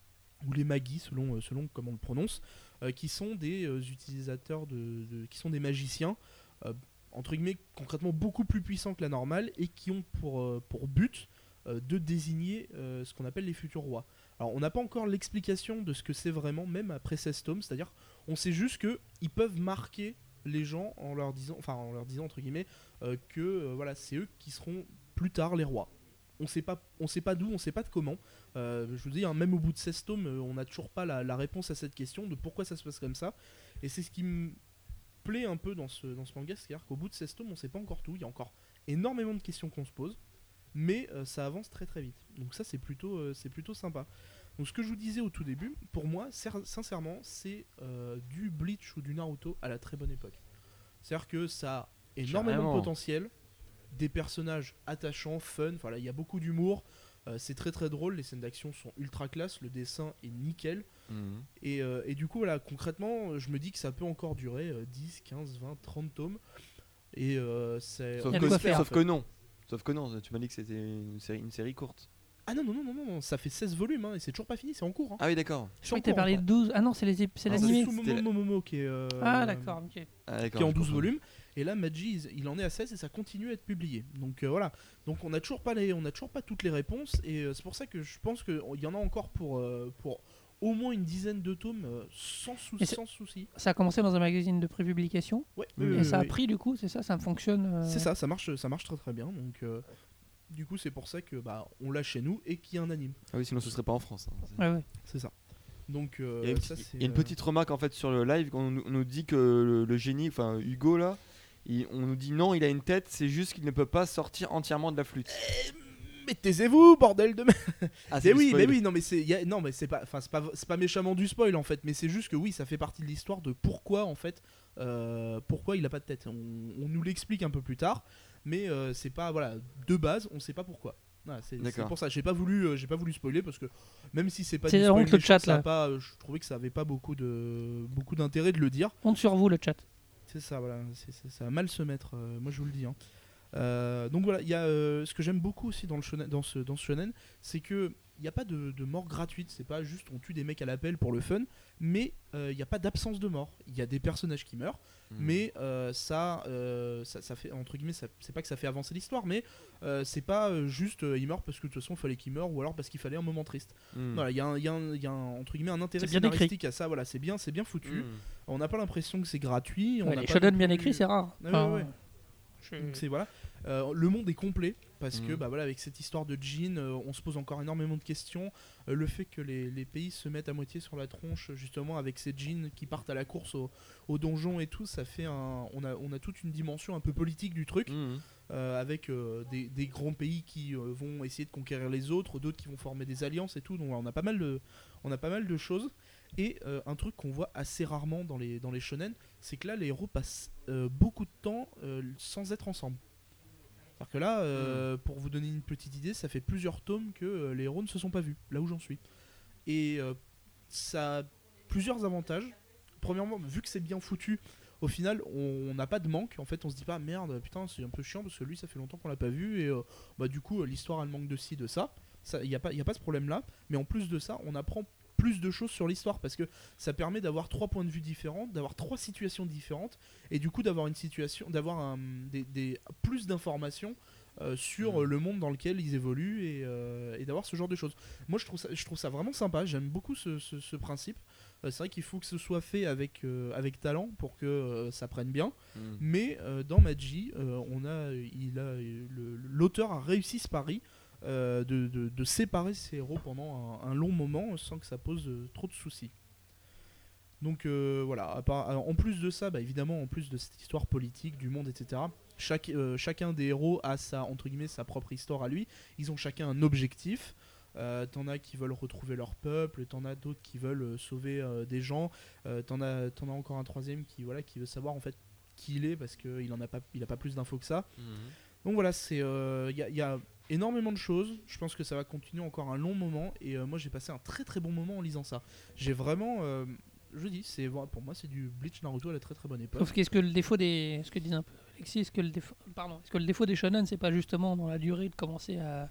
ou les magis selon euh, selon comment on le prononce, euh, qui sont des euh, utilisateurs de, de- qui sont des magiciens. euh, entre guillemets concrètement beaucoup plus puissants que la normale et qui ont pour, euh, pour but euh, de désigner euh, ce qu'on appelle les futurs rois. Alors on n'a pas encore l'explication de ce que c'est vraiment même après seize tomes, c'est-à-dire on sait juste que ils peuvent marquer les gens en leur disant enfin en leur disant entre guillemets euh, que euh, voilà, c'est eux qui seront plus tard les rois. On sait pas on sait pas d'où, on sait pas de comment. Euh, je vous dis hein, même au bout de seize tomes, euh, on n'a toujours pas la, la réponse à cette question de pourquoi ça se passe comme ça, et c'est ce qui me plaît un peu dans ce, dans ce manga, c'est-à-dire qu'au bout de seize tomes, on sait pas encore tout, il y a encore énormément de questions qu'on se pose, mais euh, ça avance très très vite. Donc ça c'est plutôt, euh, c'est plutôt sympa. Donc ce que je vous disais au tout début, pour moi, ser- sincèrement, c'est euh, du Bleach ou du Naruto à la très bonne époque. C'est-à-dire que ça a énormément Carrément. de potentiel, des personnages attachants, fun, voilà, il y a beaucoup d'humour, euh, c'est très très drôle, les scènes d'action sont ultra classe, le dessin est nickel. Mhm. Et, euh, et du coup, voilà, concrètement, je me dis que ça peut encore durer euh, dix, quinze, vingt, trente tomes. Et euh, c'est. Sauf, Y a que, de quoi faire, sauf en que fait. non. Sauf que non, tu m'as dit que c'était une série, une série courte. Ah non, non, non, non, non, ça fait seize volumes hein, et c'est toujours pas fini, c'est en cours. Hein. Ah oui, d'accord. Je C'est crois en que t'as cours parlé encore. de douze. Ah non, c'est les ép- c'est Ah, C'est l'animé. Sumo C'était la- Momomo qui est. euh, Ah d'accord, ok. Ah, d'accord, Qui est en je douze comprends. volumes. Et là, Maji, il- il en est à seize et ça continue à être publié. Donc euh, voilà. Donc on n'a toujours, pas les- on a toujours pas toutes les réponses. Et euh, c'est pour ça que je pense qu'il y en a encore pour, euh, pour au moins une dizaine de tomes euh, sans, sou- Et c'est- sans souci. Ça a commencé dans un magazine de prépublication Ouais, Oui, oui, et oui, ça a oui. pris du coup, c'est ça, ça fonctionne. euh, C'est ça, ça marche, ça marche très très bien. Donc euh, du coup, c'est pour ça que bah on l'a chez nous et qu'il y a un anime. Ah oui, sinon ce serait pas en France. hein. C'est- Ouais, ouais. C'est ça. Donc euh, Il y a une, ça, petite- c'est, il y a une euh, petite remarque en fait sur le live, on, nous- on nous dit que le, le génie, enfin Hugo là, il- on nous dit non, il a une tête, c'est juste qu'il ne peut pas sortir entièrement de la flûte. Mais taisez-vous, bordel de merde. Ah, Mais du oui, spoil. mais oui, non, mais c'est, y a- non, mais c'est pas, enfin, c'est pas, c'est pas méchamment du spoil en fait, mais c'est juste que oui, ça fait partie de l'histoire de pourquoi en fait, euh, pourquoi il a pas de tête. On, on nous l'explique un peu plus tard, mais euh, c'est pas, voilà, de base, on sait pas pourquoi. Voilà, c'est, c'est D'accord. pour ça, j'ai pas voulu, euh, j'ai pas voulu spoiler parce que même si c'est pas C'est du la spoil honte, le méchant, chat, ça a là. pas, je trouvais que ça avait pas beaucoup de, beaucoup d'intérêt de le dire. Honte sur vous, le chat. C'est ça, voilà, c'est, c'est- ça va mal se mettre, euh, moi je vous le dis. Hein. Euh, donc voilà, il y a euh, ce que j'aime beaucoup aussi dans, le shonen, dans, ce, dans ce shonen, c'est que il n'y a pas de, de mort gratuite, c'est pas juste on tue des mecs à l'appel pour le fun, mais il n'y a pas d'absence de mort. Il y a des personnages qui meurent, Hmm. mais euh, ça, euh, ça, ça fait, entre guillemets, ça- c'est pas que ça fait avancer l'histoire, mais euh, c'est pas euh, juste euh, il meurt parce que de toute façon il fallait qu'il meure ou alors parce qu'il fallait un moment triste. Hmm. Voilà, il y a, un, il y a un- il y a un, entre guillemets, un intérêt C'est bien écrit. scénaristique à ça, voilà, c'est bien, c'est bien foutu. Hmm. On n'a pas l'impression que c'est gratuit. On Ouais, n'a les pas shonen non bien plus- écrits, c'est rare. Ouais, ouais, ouais. je- Donc c'est voilà. Euh, le monde est complet parce que Mhm. bah voilà, avec cette histoire de Jean, euh, on se pose encore énormément de questions. Euh, le fait que les, les pays se mettent à moitié sur la tronche justement avec ces jeans qui partent à la course au, au donjon et tout, ça fait un on a on a toute une dimension un peu politique du truc. Hmm. Euh, avec euh, des, des grands pays qui euh, vont essayer de conquérir les autres, d'autres qui vont former des alliances et tout. Donc on a pas mal de, on a pas mal de choses. Et euh, un truc qu'on voit assez rarement dans les, dans les shonen, c'est que là les héros passent euh, beaucoup de temps euh, sans être ensemble. C'est-à-dire que là, euh, pour vous donner une petite idée, ça fait plusieurs tomes que euh, les héros ne se sont pas vus, là où j'en suis. Et euh, ça a plusieurs avantages. Premièrement, vu que c'est bien foutu, au final, on n'a pas de manque. En fait, on se dit pas merde, putain, c'est un peu chiant parce que lui, ça fait longtemps qu'on l'a pas vu et euh, bah du coup, euh, l'histoire elle manque de ci, de ça. Ça, y a pas, y a pas ce problème-là. Mais en plus de ça, on apprend plus de choses sur l'histoire parce que ça permet d'avoir trois points de vue différents, d'avoir trois situations différentes et du coup d'avoir une situation, d'avoir un, des, des- plus d'informations euh, sur Mhm. euh, le monde dans lequel ils évoluent et, euh, et d'avoir ce genre de choses. Moi, je trouve ça, je trouve ça vraiment sympa. J'aime beaucoup ce, ce- ce principe. Euh, c'est vrai qu'il faut que ce soit fait avec, euh, avec talent pour que euh, ça prenne bien. Hmm. Mais euh, dans Magi, euh, on a, il a, le- l'auteur a réussi ce pari euh, de, de- de séparer ses héros pendant un, un long moment sans que ça pose euh, trop de soucis. Donc euh, voilà, à part- alors, en plus de ça, bah, évidemment, en plus de cette histoire politique du monde, et cetera, chaque, euh, chacun des héros a sa, entre guillemets, sa propre histoire à lui. Ils ont chacun un objectif. Euh, t'en as qui veulent retrouver leur peuple, t'en as d'autres qui veulent euh, sauver euh, des gens, euh, t'en as, t'en as encore un troisième qui, voilà, qui veut savoir en fait qui il est parce qu'il en a pas, il a pas plus d'infos que ça. Hmm. Donc voilà, c'est, il euh, y, a- y a énormément de choses. Je pense que ça va continuer encore un long moment et euh, moi j'ai passé un très très bon moment en lisant ça. J'ai vraiment, euh, je dis, c'est pour moi c'est du Bleach Naruto à la très très bonne époque. Sauf qu'est-ce que le défaut des, ce que disait un peu Alexis, est-ce que le défaut, pardon, est-ce que le défaut des shonen, c'est pas justement dans la durée de commencer à,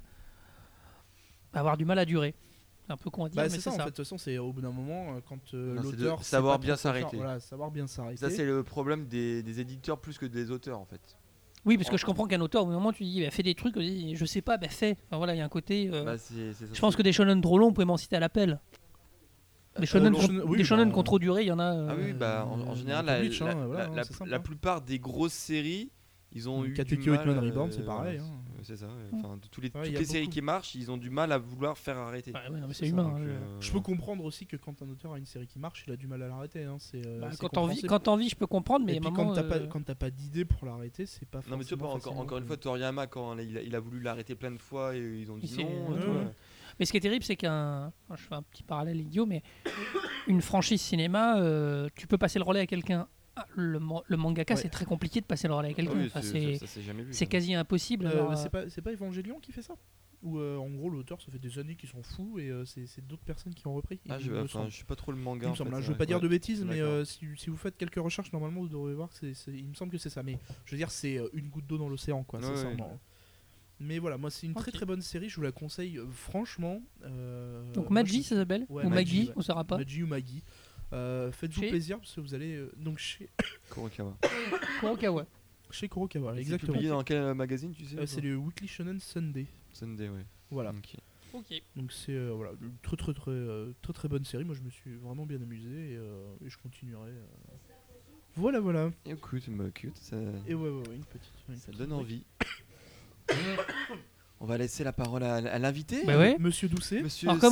à avoir du mal à durer. C'est un peu con à dire, Bah, mais c'est c'est ça, ça. en fait. De toute façon, c'est au bout d'un moment euh, quand euh, Non, c'est de l'auteur sait savoir pas bien trop quoi faire, s'arrêter. Voilà, savoir bien s'arrêter. Ça, c'est le problème des, des éditeurs plus que des auteurs en fait. Oui, parce que je comprends qu'un auteur, au bout d'un moment, tu dis, bah, fais des trucs, on dit, je sais pas, bah fais. Enfin voilà, il y a un côté. euh, Bah, c'est- c'est ça, je pense c'est- que des shonen trop longs, on pouvait m'en citer à l'appel. Des shonen, le qui ont- shonen- oui, des shonen bah, qui ont trop duré, il y en a. euh, Ah oui, bah en, en euh, général, Naruto, la, Bleach, la- hein, voilà, la- hein, la- c'est simple, la hein. plupart des grosses séries, ils ont eu Katekyo du mal. Hitman Reborn, c'est euh, pareil, hein. euh, C'est ça. ouais. Enfin, de tous les, Ouais, toutes il y a les séries beaucoup. qui marchent, ils ont du mal à vouloir faire arrêter. ouais, ouais, non, mais c'est ça, humain. Donc, hein, je- euh, Je peux comprendre aussi que quand un auteur a une série qui marche, il a du mal à l'arrêter. Hein. C'est, euh, bah, c'est quand t'en vis, compréhensible. quand t'en vis, je peux comprendre, mais Et à un puis moment. quand t'as pas, euh, quand t'as pas d'idée pour l'arrêter, c'est pas Non mais tu vois, forcément encore, facilement encore une fois, Toriyama, quand il a, il a voulu l'arrêter plein de fois et ils ont dit Il s'est- non. ouais, tu vois. ouais. Mais ce qui est terrible, c'est qu'un. enfin, je fais un petit parallèle idiot, mais une franchise cinéma, euh, tu peux passer le relais à quelqu'un. Ah, le, ma- le mangaka, Ouais. c'est très compliqué de passer le relais à Ah quelqu'un. oui, Enfin, c'est- c'est ça, ça s'est jamais vu. c'est ça. quasi impossible. Euh, alors, bah, euh, c'est pas, c'est pas Evangelion qui fait ça. Où euh, en gros l'auteur, ça fait des années qu'ils s'en fout et euh, c'est, c'est d'autres personnes qui ont repris. Ah, il je, me enfin, semble. je suis pas trop le manga. Il me en semble, fait, hein, c'est je veux vrai. pas dire Ouais. de bêtises, mais D'accord. euh, si, si vous faites quelques recherches, normalement vous devrez voir que c'est, c'est- il me semble que c'est ça. Mais je veux dire, c'est euh, une goutte d'eau dans l'océan, quoi. Ouais, sincèrement. ouais. Mais voilà, moi c'est une très Ok. très bonne série, je vous la conseille euh, franchement. euh, Donc moi, Magi, je- ça s'appelle Ouais, Ou Magi, Maggie, ouais. on saura pas. Magi ou Maggie. Euh, faites-vous Chez- plaisir parce que vous allez euh, donc chez Kurokawa. Kurokawa. chez Kurokawa, Et c'est exactement. publié dans quel magazine, tu sais Euh, c'est le Weekly Shonen Sunday. Sunday, ouais. Voilà. Ok. Ok. Donc c'est euh, voilà, une très très très euh, très très bonne série. Moi je me suis vraiment bien amusé et, euh, et je continuerai. euh. Voilà voilà. Écoute, bah, écoute, ça, Et ouais ouais, ouais, une petite. Une ça petite donne rubrique. envie. On va laisser la parole à, à l'invité. Bah ouais. Monsieur Doucet. Monsieur Alors, comme C. moi-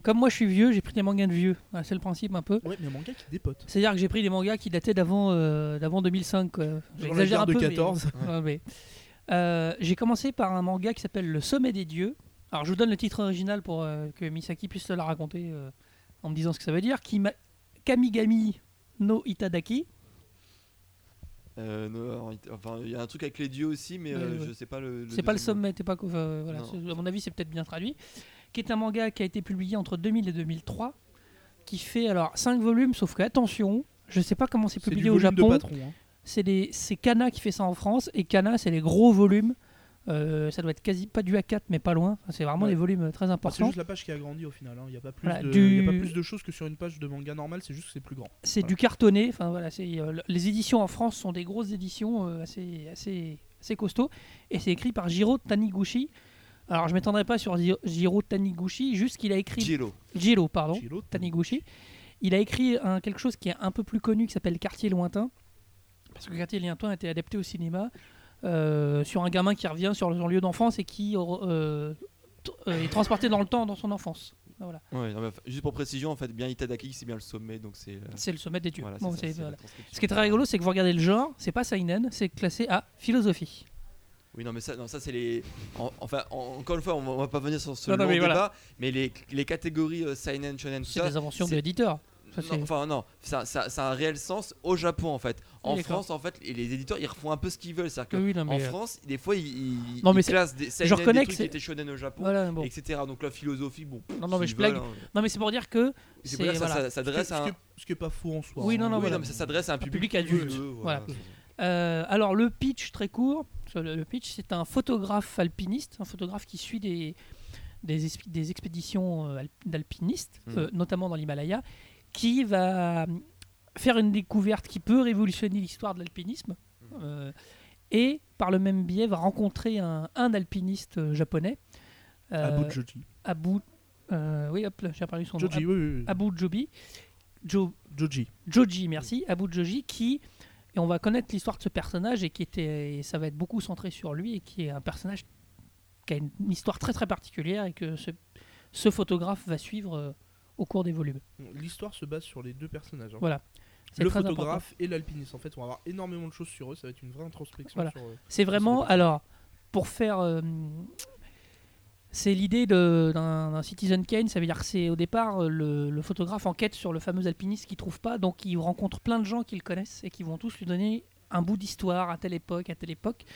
comme moi je suis vieux, j'ai pris des mangas de vieux. Voilà, c'est le principe un peu. Ouais, mais un manga qui dépote. C'est-à-dire que j'ai pris des mangas qui dataient d'avant euh, d'avant deux mille cinq. Quoi. Genre la J'exagère guerre un de peu. quatorze. Mais, ouais, mais, euh, j'ai commencé par un manga qui s'appelle Le Sommet des Dieux. Alors je vous donne le titre original pour euh, que Misaki puisse te la raconter euh, en me disant ce que ça veut dire. Kima- Kamigami no Itadaki. Euh, no, enfin, il y a un truc avec les dieux aussi, mais Ouais, euh, ouais. je sais pas le. le C'est pas le deuxième mot. sommet, t'es pas. euh, voilà, Non. c'est- à mon avis, c'est peut-être bien traduit. Qui est un manga qui a été publié entre deux mille et deux mille trois. Qui fait alors cinq volumes, sauf que attention, je sais pas comment c'est C'est du publié au volume de Japon. patron. Hein. C'est des- c'est Kana qui fait ça en France. Et Kana, c'est les gros volumes. Euh, ça doit être quasi pas du A quatre, mais pas loin. Enfin, c'est vraiment Ouais. des volumes très Bah, c'est importants. juste la page qui a grandi au final. Il n'y a, pas plus Voilà, de- du- y a pas plus de choses que sur une page de manga normale, c'est juste que c'est plus grand. C'est Voilà. du cartonné. Enfin voilà, c'est euh, les éditions en France sont des grosses éditions euh, assez assez assez costauds. Et c'est écrit par Jiro Taniguchi. Alors je m'étendrai pas sur Ji- Jiro Taniguchi, juste qu'il a écrit Jiro. Jiro, pardon, Chiro, Taniguchi. Il a écrit un, quelque chose qui est un peu plus connu qui s'appelle Quartier lointain. Parce que Quartier lointain a été adapté au cinéma euh, sur un gamin qui revient sur son lieu d'enfance et qui euh, t- euh, est transporté dans le temps dans son enfance. Voilà. Ouais, non, mais, enfin, juste pour précision, en fait, bien Itadaki, c'est bien le sommet, donc c'est. euh, C'est le sommet des dieux. Voilà, Bon, c'est ça, c'est- c'est la voilà. transcription. Ce qui est très rigolo, c'est que vous regardez le genre, c'est pas seinen, c'est classé à philosophie. Oui, non, mais ça, non, ça c'est les. en- enfin, en- encore une fois, on va, on va pas venir sur ce Non, non, long mais débat, voilà. mais les, les catégories euh, seinen, shonen, tout C'est ça. des inventions de c'est- l'éditeur. Ça, Non, c'est- enfin non, ça, ça, ça a un réel sens au Japon en fait. En Oui, d'accord. France en fait, et les éditeurs ils refont un peu ce qu'ils veulent, c'est-à-dire que Oui, non, en mais, euh, France, des fois ils, ils, Non, mais ils c'est- classent des seinen, reconnais des que trucs c'est- qui étaient shonen au Japon, Voilà, bon. et cetera. Donc la philosophie, bon. Non, non, mais s'ils je blague. veulent, hein. Non, mais c'est pour dire que C'est c'est pour dire que ça, voilà. ça s'adresse Ce à qui un. est- ce qui est pas fou en soi. Oui, non, hein. non, Oui, voilà. non, mais ça s'adresse à un public, public adulte. plus, euh, Voilà. c'est- Euh, alors le pitch très court, le, le pitch c'est un photographe alpiniste, un photographe qui suit des, des, esp- des expéditions euh, alp- d'alpinistes, Mhm. euh, notamment dans l'Himalaya, qui va euh, faire une découverte qui peut révolutionner l'histoire de l'alpinisme Mhm. euh, et par le même biais va rencontrer un, un alpiniste euh, japonais, euh, Abu Joji. Abu, euh, oui hop là, j'ai perdu son Joji, nom, oui, oui, oui. Abu Jobi, Jo, Joji. Joji, merci, Abu Joji, qui, et on va connaître l'histoire de ce personnage, et qui était, et ça va être beaucoup centré sur lui, et qui est un personnage qui a une, une histoire très très particulière, et que ce, ce photographe va suivre euh, au cours des volumes. L'histoire se base sur les deux personnages. hein. Voilà. C'est Le très photographe et l'alpiniste. En fait, on va avoir énormément de choses sur eux. Ça va être une vraie introspection. Voilà. Sur, euh, C'est vraiment, Ça, c'est alors, pour faire... euh, c'est l'idée de- d'un d'un Citizen Kane, ça veut dire que c'est au départ euh, le, le photographe enquête sur le fameux alpiniste qu'il trouve pas, donc il rencontre plein de gens qui le connaissent et qui vont tous lui donner un bout d'histoire à telle époque, à telle époque.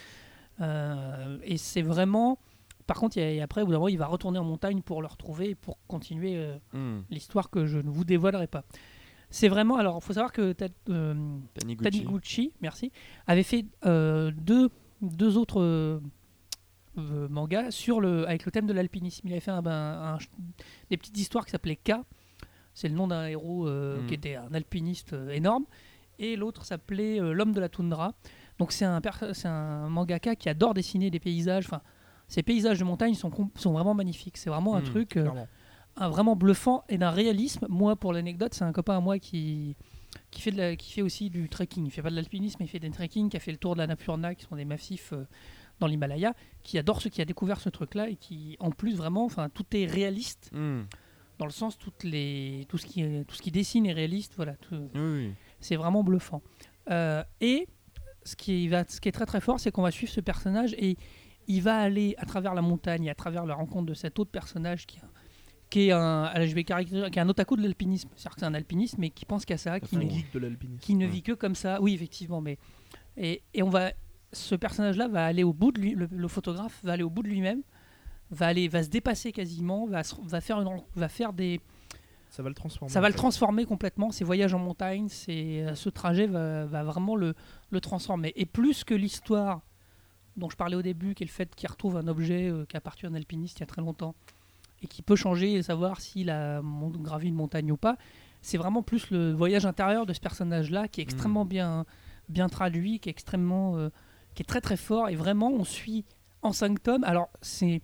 Euh, et c'est vraiment... Par contre, il y a- et après, au bout d'un moment, il va retourner en montagne pour le retrouver et pour continuer euh, Hmm. l'histoire que je ne vous dévoilerai pas. C'est vraiment... Alors, il faut savoir que Ta- euh, Taniguchi. Taniguchi, merci, avait fait euh, deux, deux autres euh, euh, mangas sur le, avec le thème de l'alpinisme. Il avait fait un, ben, un- des petites histoires qui s'appelaient K, c'est le nom d'un héros euh, Mhm. qui était un alpiniste euh, énorme, et l'autre s'appelait euh, L'homme de la toundra. Donc c'est un, per- c'est un mangaka qui adore dessiner des paysages. Enfin, ces paysages de montagne sont, com- sont vraiment magnifiques. C'est vraiment un Mhm, truc euh, clairement. un vraiment bluffant et d'un réalisme. Moi, pour l'anecdote, c'est un copain à moi qui, qui, fait de la- qui fait aussi du trekking. Il fait pas de l'alpinisme, mais il fait des trekking, qui a fait le tour de la Napurna, qui sont des massifs euh, dans l'Himalaya, qui adore ce qui a découvert ce truc-là et qui, en plus, vraiment, enfin, tout est réaliste Hmm. dans le sens toutes les, tout ce qui, est- tout ce qui dessine est réaliste. Voilà, tout- Oui, oui. c'est vraiment bluffant. Euh, et ce qui, va, ce qui est très très fort, c'est qu'on va suivre ce personnage et il va aller à travers la montagne, et à travers la rencontre de cet autre personnage qui, a- qui est un, allez, je vais caractériser, qui est un otaku de l'alpinisme. C'est-à-dire que c'est un alpiniste, mais qui pense qu'à ça, qui, Un ne, geek de l'alpinisme. qui ne Ouais. vit que comme ça. Oui, effectivement, mais et, et on va, ce personnage-là va aller au bout de lui, le, le photographe va aller au bout de lui-même, va aller, va se dépasser quasiment, va, se- va faire une, va faire des Ça va le transformer. ça va en le fait. transformer complètement. Ces voyages en montagne, c'est, euh, ce trajet va, va vraiment le, le transformer. Et plus que l'histoire dont je parlais au début, qui est le fait qu'il retrouve un objet euh, qui a appartenu à un alpiniste il y a très longtemps et qui peut changer et savoir s'il a mon- gravi une montagne ou pas, c'est vraiment plus le voyage intérieur de ce personnage-là qui est extrêmement bien, bien traduit, qui est extrêmement, euh, qui est très très fort. Et vraiment, on suit en cinq tomes. Alors, c'est,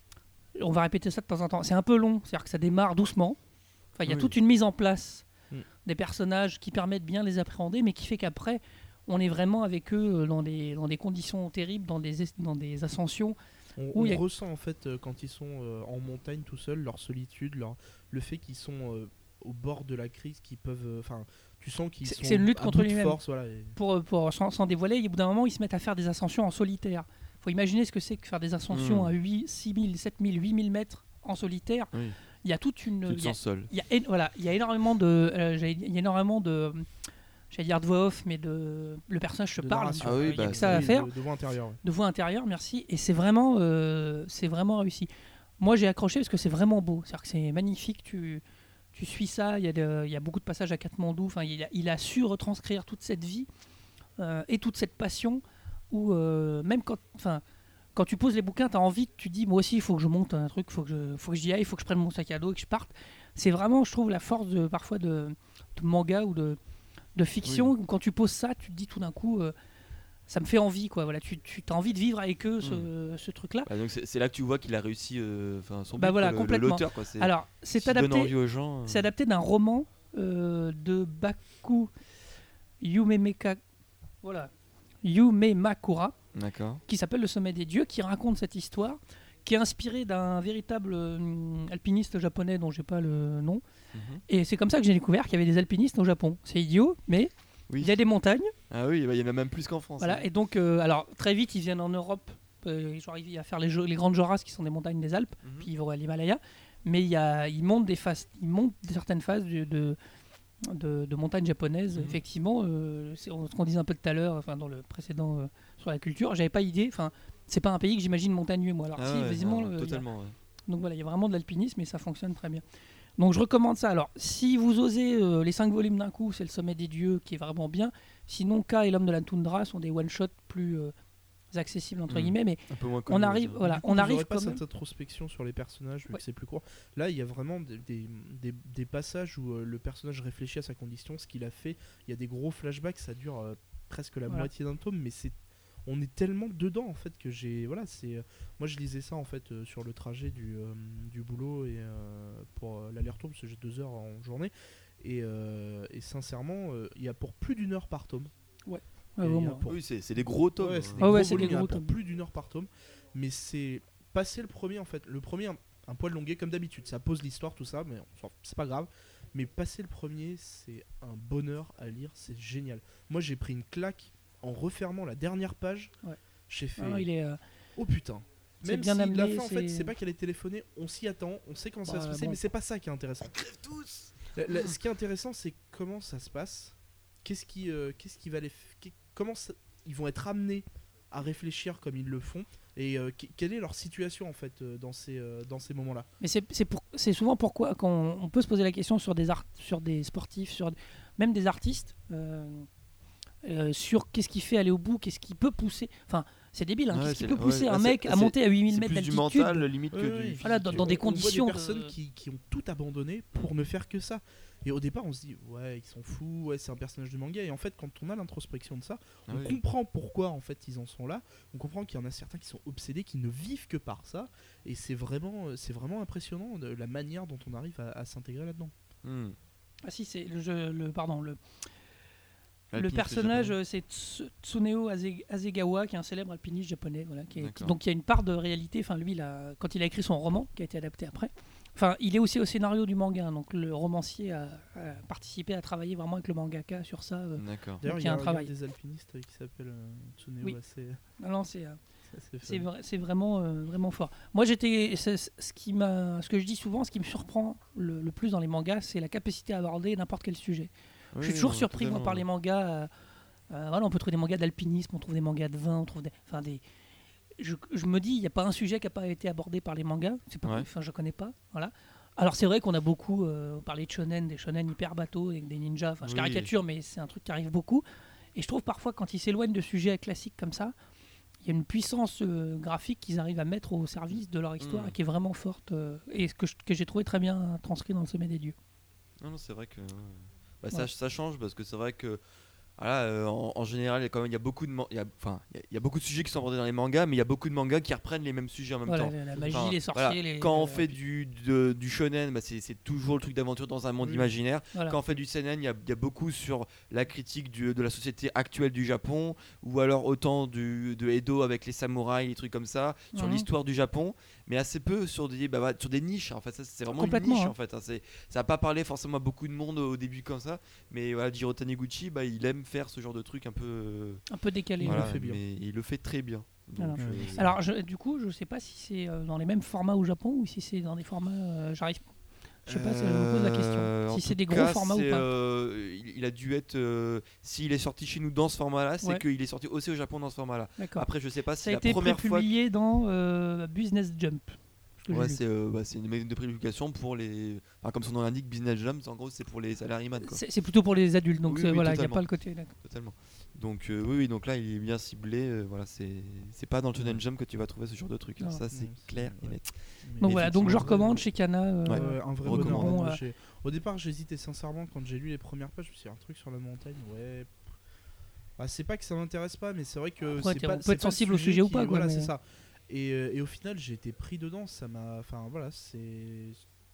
on va répéter ça de temps en temps. C'est un peu long, c'est-à-dire que ça démarre doucement. Enfin, il y a Oui. toute une mise en place Mm. des personnages qui permettent bien de les appréhender, mais qui fait qu'après, on est vraiment avec eux euh, dans des, dans des conditions terribles, dans des, es- dans des ascensions On, Oui, on y a- ressent en fait euh, quand ils sont euh, en montagne tout seuls, leur solitude, leur, le fait qu'ils sont euh, au bord de la crise, qu'ils peuvent. Enfin, tu sens qu'ils C'est- sont c'est une lutte à contre bout de lui-même. force, voilà. et- Pour, pour, sans, sans dévoiler, au bout d'un moment, ils se mettent à faire des ascensions en solitaire. Faut imaginer ce que c'est que faire des ascensions Mm. à huit, six mille, sept mille, huit mille mètres en solitaire. Oui. Il y a toute une. Tu te il y a- sens seul. il y a, é- voilà, il y a énormément de. euh, j'allais- il y a énormément de. J'allais dire de voix off, mais de. Le personnage se de parle. narration. Ah oui, il y a bah, que ça à Oui, faire. De, de voix intérieure. ouais. De voix intérieure, merci. Et c'est vraiment, euh, c'est vraiment réussi. Moi, j'ai accroché parce que c'est vraiment beau. C'est-à-dire que c'est magnifique. Tu, tu suis ça. Il y, a de- il y a beaucoup de passages à Katmandou. Enfin, il a, il a su retranscrire toute cette vie euh, et toute cette passion. Où euh, même quand, enfin, quand tu poses les bouquins, tu as envie, tu dis moi aussi, il faut que je monte un truc, il faut que je, faut que j'y aille, il faut que je prenne mon sac à dos et que je parte. C'est vraiment, je trouve, la force de parfois de, de manga ou de, de fiction. Où quand tu poses ça, tu te dis tout d'un coup. euh, ça me fait envie, quoi. Voilà, tu, tu as envie de vivre avec eux ce, ce truc-là. Bah, donc c'est c'est là que tu vois qu'il a réussi euh, enfin, son but, Bah voilà, quoi, le- le- complètement. l'auteur. quoi, c'est- Alors, c'est s'il donne adapté, envie aux gens. euh, c'est adapté d'un roman euh, de Baku Yumemeka, voilà, Yumemakura, D'accord. qui s'appelle Le Sommet des Dieux, qui raconte cette histoire, qui est inspirée d'un véritable euh, alpiniste japonais dont j'ai pas le nom. Mhm. Et c'est comme ça que j'ai découvert qu'il y avait des alpinistes au Japon. C'est idiot, mais Oui. il y a des montagnes. Ah oui, bah, il y en a même plus qu'en France. Voilà, hein. et donc, euh, alors très vite, ils viennent en Europe. Euh, ils sont arrivés à faire les, jo- les grandes Joras, qui sont des montagnes des Alpes, Mhm. puis ils vont à l'Himalaya. Mais il y a, ils montent des phases, ils montent certaines phases de, de, de, de montagnes japonaises. Mhm. Effectivement, euh, c'est ce qu'on disait un peu tout à l'heure, enfin dans le précédent euh, sur la culture. J'avais pas idée. Enfin, c'est pas un pays que j'imagine montagneux, moi. Alors Ah si, ouais, visiblement, non, le- il y a- totalement. ouais. donc voilà, il y a vraiment de l'alpinisme et ça fonctionne très bien. Donc je recommande ça. Alors, si vous osez euh, les cinq volumes d'un coup, c'est Le Sommet des Dieux qui est vraiment bien. Sinon, K et L'Homme de la Toundra sont des one-shots plus euh, accessibles entre Mhm. guillemets, mais Un peu moins on connu, arrive, dire. voilà, Du coup, on vous arrive aurez pas quand même. cette introspection sur les personnages vu Ouais. que c'est plus court. Là, il y a vraiment des, des, des- des passages où euh, le personnage réfléchit à sa condition, ce qu'il a fait. Il y a des gros flashbacks, ça dure euh, presque la Voilà. moitié d'un tome, mais c'est on est tellement dedans en fait que j'ai voilà c'est euh, moi je lisais ça en fait euh, sur le trajet du, euh, du boulot et euh, pour euh, l'aller-retour parce que j'ai deux heures en journée et, euh, et sincèrement euh, il y a pour plus d'une heure par tome. Ouais, Et il y a vraiment. pour- Oui, c'est c'est des gros tomes. Ouais, hein. c'est des Ah ouais, gros c'est des volumes, il y en a gros pour tomes. plus d'une heure par tome, mais c'est passer le premier en fait. Le premier un, un poil longué comme d'habitude, ça pose l'histoire tout ça, mais on s'en- c'est pas grave. Mais passer le premier, c'est un bonheur à lire, c'est génial. Moi j'ai pris une claque en refermant la dernière page. Ouais. J'ai fait Ah non, il est, euh, oh putain. c'est Même bien si la amené, fin en fait c'est- c'est pas qu'elle est téléphonée, on s'y attend, on sait comment ça va Bah, se passer, bon. mais c'est pas ça qui est intéressant. Crève tous. La- la- ce qui est intéressant, c'est comment ça se passe. Qu'est-ce qui, euh, qu'est-ce qui va les, f- qu'est- comment ça- ils vont être amenés à réfléchir comme ils le font et euh, que- quelle est leur situation en fait euh, dans ces, euh, dans ces moments-là. Mais c'est c'est pour- c'est souvent pourquoi quand on, on peut se poser la question sur des art, sur des sportifs, sur même des artistes, euh, euh, sur qu'est-ce qui fait aller au bout, qu'est-ce qui peut pousser. Enfin, c'est débile, hein, Ouais, qu'est-ce qui c'est- peut pousser ouais, un c'est- mec à c'est- monter à huit mille C'est mètres plus du d'altitude. mental limite que Ouais, du ouais. physique. Voilà, dans- dans On- des on voit conditions des de- personnes qui, qui ont tout abandonné pour ne faire que ça. Et au départ, on se dit ouais, ils sont fous, ouais, c'est un personnage de manga. Et en fait, quand on a l'introspection de ça, Ah on oui. comprend pourquoi en fait ils en sont là. On comprend qu'il y en a certains qui sont obsédés, qui ne vivent que par ça. Et c'est vraiment, c'est vraiment impressionnant de la manière dont on arrive à, à s'intégrer là-dedans. Hmm. Ah si, c'est le, jeu- le pardon, le, le Alpiniste personnage, japonais. euh, c'est Tsu- Tsuneo Ase- Asegawa, qui est un célèbre alpiniste japonais, voilà, qui est- qui- D'accord. donc il y a une part de réalité. Enfin, lui, il a- quand il a écrit son roman, qui a été adapté après, enfin, il est aussi au scénario du manga. Donc le romancier a, a participé à travailler vraiment avec le mangaka sur ça. euh. D'accord. D'ailleurs, Donc, il y a, un il y a travail. des alpinistes euh, qui s'appellent euh, Tsuneo. Oui. assez- Non, non, c'est euh, assez c'est fun. vrai- c'est vraiment, euh, vraiment fort. Moi, j'étais, c'est- c'est- ce qui m'a, ce que je dis souvent, ce qui me surprend le, le plus dans les mangas, c'est la capacité à aborder n'importe quel sujet. je suis Oui, toujours non, surpris moi totalement. par les mangas. euh, euh, voilà, on peut trouver des mangas d'alpinisme, on trouve des mangas de vin, on trouve des, enfin des. Je, je me dis, il n'y a pas un sujet qui n'a pas été abordé par les mangas. C'est pas, Ouais. enfin, je connais pas. Voilà. Alors c'est vrai qu'on a beaucoup euh, parlé de shonen, des shonen hyper bateaux avec des ninjas. Enfin, je Oui. caricature, mais c'est un truc qui arrive beaucoup. Et je trouve parfois quand ils s'éloignent de sujets classiques comme ça, il y a une puissance euh, graphique qu'ils arrivent à mettre au service de leur histoire Mm. et qui est vraiment forte euh, et ce que, je- que j'ai trouvé très bien transcrit dans le Sommet des Dieux. Non, non, c'est vrai que. ouais. Bah, Ouais. ça, ça change parce que c'est vrai que Voilà, euh, en, en général, il y a quand même il y a beaucoup de man- il y a, enfin, il y a- il y a beaucoup de sujets qui sont abordés dans les mangas, mais il y a beaucoup de mangas qui reprennent les mêmes sujets en même Voilà, temps. la, la magie, Enfin, les sorciers, voilà. les. Quand on euh, fait du, de- du shonen, bah, c'est, c'est toujours le truc d'aventure dans un monde Oui. imaginaire. voilà. Quand on fait du seinen, il y a, il y a beaucoup sur la critique du- de la société actuelle du Japon, ou alors autant du, de Edo avec les samouraïs, les trucs comme ça, sur Mhm. l'histoire du Japon, mais assez peu sur des, bah, bah, sur des niches. En fait, ça, c'est vraiment une Complètement, niche. hein. En fait, hein. C'est, ça n'a pas parlé forcément à beaucoup de monde au début comme ça, mais voilà, Jiro Taniguchi, bah, il aime faire ce genre de truc un peu. euh, Un peu décalé. Il voilà, le fait bien. mais il le fait très bien. Donc, Voilà. euh, Ouais. Alors, je- du coup, je sais pas si c'est euh, dans les mêmes formats au Japon ou si c'est dans des formats. euh, J'arrive. Je sais pas, c'est- je me pose la Euh, question. en Si c'est tout des gros cas, formats ou c'est, pas. euh, il, il a dû être. euh, S'il est sorti chez nous dans ce format-là, c'est Ouais. qu'il est sorti aussi au Japon dans ce format-là. D'accord. Après, je sais pas si Ça a la été première fois. publié dans euh, Business Jump. ce que j'ai Ouais, lu. c'est euh, bah, c'est une méthode de publication pour les. Enfin, comme son nom l'indique, Business Jump, en gros, c'est pour les salariés quoi. C'est c'est plutôt pour les adultes, donc Oui, c'est- oui, voilà, il n'y a totalement. pas le côté. d'accord. Totalement. Donc, euh, oui, oui, donc là, il est bien ciblé. euh, voilà, c'est c'est pas dans le Shonen Jump que tu vas trouver ce genre de truc. hein. Non. Ça, c'est Non, c'est- clair et ouais. net. Mais Donc voilà, donc je effectivement, recommande ouais. chez Kana. euh, Ouais. Ouais, un vrai Recommande. bonheur. Bon, Moi, euh, j'ai- Au départ, j'hésitais sincèrement quand j'ai lu les premières pages. Je me suis dit, un truc sur la montagne, ouais. pff. Bah, c'est pas que ça m'intéresse pas, mais c'est vrai que Après, c'est t'es- pas. on peut c'est être pas le sensible au sujet ou pas, quoi, Voilà, mais- c'est ça. Et, euh, et au final, j'ai été pris dedans. Ça m'a. Enfin, voilà, c'est.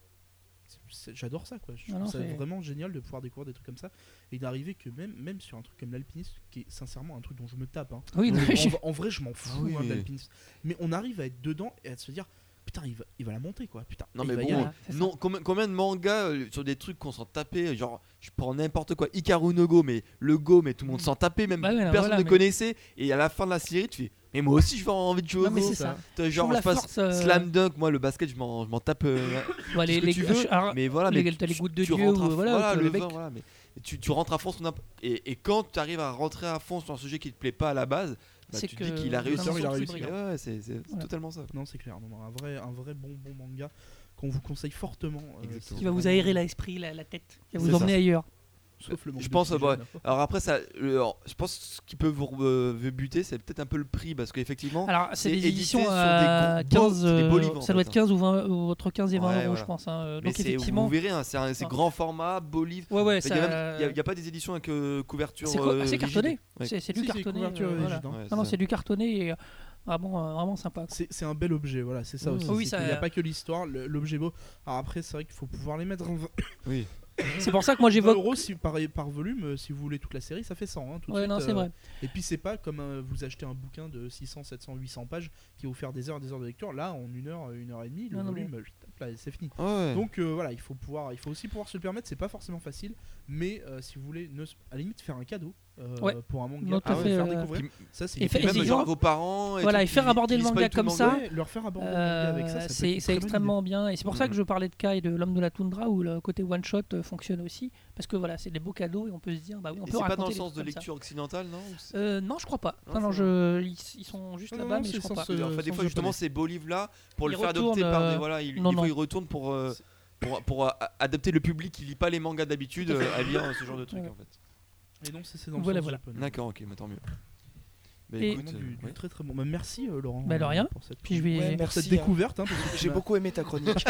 c'est- J'adore ça, quoi. Je Ah trouve non, ça c'est- vraiment génial de pouvoir découvrir des trucs comme ça et d'arriver que même, même sur un truc comme l'alpinisme, qui est sincèrement un truc dont je me tape. Hein. Oui, non, mais je- En, en vrai, je m'en fous Ah oui, hein, de mais- l'alpinisme. Mais on arrive à être dedans et à se dire, putain, il va, il va la monter, quoi. Putain, Non il mais va y bon, aller. Voilà, c'est ça. non, combien, combien de mangas euh, sur des trucs qu'on s'en tapait, genre je prends n'importe quoi, Hikaru no Go, mais le Go, mais tout le monde s'en tapait, même Bah ouais, non, personne voilà, ne mais- connaissait, et à la fin de la série tu fais, mais moi aussi je vais avoir envie de jouer Non, au mais Go. c'est ça. T'as Genre trouve je la passe force, euh, Slam Dunk, moi le basket je m'en, je m'en tape, euh, Bah, les, ce que les- tu veux, alors, mais voilà, les- mais t'as les tu- gouttes de tu Dieu rentres à ou, fond- voilà, voilà, ou le le mec- vin, voilà, mais mais tu, tu rentres à fond sur n'imp- et, et quand tu arrives à rentrer à fond sur un sujet qui te plaît pas à la base, bah, C'est tu que te dis qu'il a le réussi. temps, il a plus réussi. brillant. Ouais, ouais, c'est, c'est Voilà. totalement ça. Non, c'est clair. Non, non, un vrai, un vrai bon, bon manga qu'on vous conseille fortement. euh, Exactement. c'est Qui va vous vraiment- aérer l'esprit, la, la tête, qui va C'est vous ça. emmener ailleurs. Sauf le manque Je de pense, oxygène. ouais. Alors après, ça, le- alors, je pense que ce qui peut vous euh, vous buter, c'est peut-être un peu le prix, parce qu'effectivement, Alors, c'est C'est des édité éditions sur des à gros- quinze, c'est des beaux euh, livres, en ça doit fait, être quinze ou vingt, ou entre quinze et vingt Ouais, euros, voilà. je pense. hein. mais Donc, c'est, effectivement, vous verrez, hein, c'est, un, c'est Ah. grand format, beau livre. ouais, ouais, Il ça, n'y a, y a pas des éditions avec euh, couverture. c'est, co- euh, c'est rigide. cartonné. Ouais. C'est, c'est du Si, c'est cartonné. couverture euh, rigide, voilà. hein. Ouais, Non, c'est non, ça. c'est du cartonné et euh, vraiment, euh, vraiment sympa. quoi. C'est c'est un bel objet, voilà, c'est ça Mmh. aussi. Oui, c'est ça- qu'il n'y a pas que l'histoire, le- l'objet beau. Alors après, c'est vrai qu'il faut pouvoir les mettre en vingt Oui. C'est pour ça que moi vingt j'évoque. euros si, par, par volume, euh, si vous voulez toute la série, ça fait cent. Hein, tout de Ouais, suite, non, c'est euh, vrai. Et puis c'est pas comme euh, vous achetez un bouquin de six cents, sept cents, huit cents pages qui va vous faire des heures et des heures de lecture. Là, en une heure, une heure et demie, le Non, non, volume, euh, hop là, c'est fini. Ouais. Donc euh, voilà, il faut pouvoir, il faut aussi pouvoir se le permettre. C'est pas forcément facile, mais euh, si vous voulez, ne, à la limite, faire un cadeau euh, Ouais. pour un manga, Tout à pour le fait, faire euh, découvrir, Puis- ça c'est Et une fait- très même bonne exigeant. genre à vos parents. Voilà, tout, et faire qui- aborder qui le lisent pas manga du tout le comme ça, Ouais, leur faire aborder le Euh, manga avec ça, ça peut être c'est une c'est très bonne extrêmement bien et c'est pour ça que Mhm. je parlais de Kai de l'homme de la toundra où le côté one shot euh, fonctionne aussi parce que voilà c'est des beaux cadeaux et on peut se dire bah oui on Et peut c'est pas raconter dans le des sens trucs de comme ça. lecture occidentale, non Ou c'est- Euh, non je crois pas Non, non, non, c'est- je ils, ils sont juste Non, là-bas non, mais c'est je crois sans pas se- Enfin, des sans fois justement japonais. ces beaux livres là pour Ils le faire adopter retournent, par euh, des voilà il, non, des fois non. ils retournent pour euh, pour, pour, euh, adapter le public qui lit pas les mangas d'habitude Tout à fait. euh, à lire ce genre de trucs Ouais. en fait. Et non, c'est c'est dans le Voilà, sens voilà. japonais. D'accord, ok, mais tant mieux. Bah, Et- écoute, Vraiment du, euh, du ouais. très très bon. Bah, merci euh, Laurent. Bah, de euh, rien. Pour cette, puis je vais Ouais, pour merci, cette hein. découverte. hein, parce que J'ai bah, beaucoup aimé ta chronique.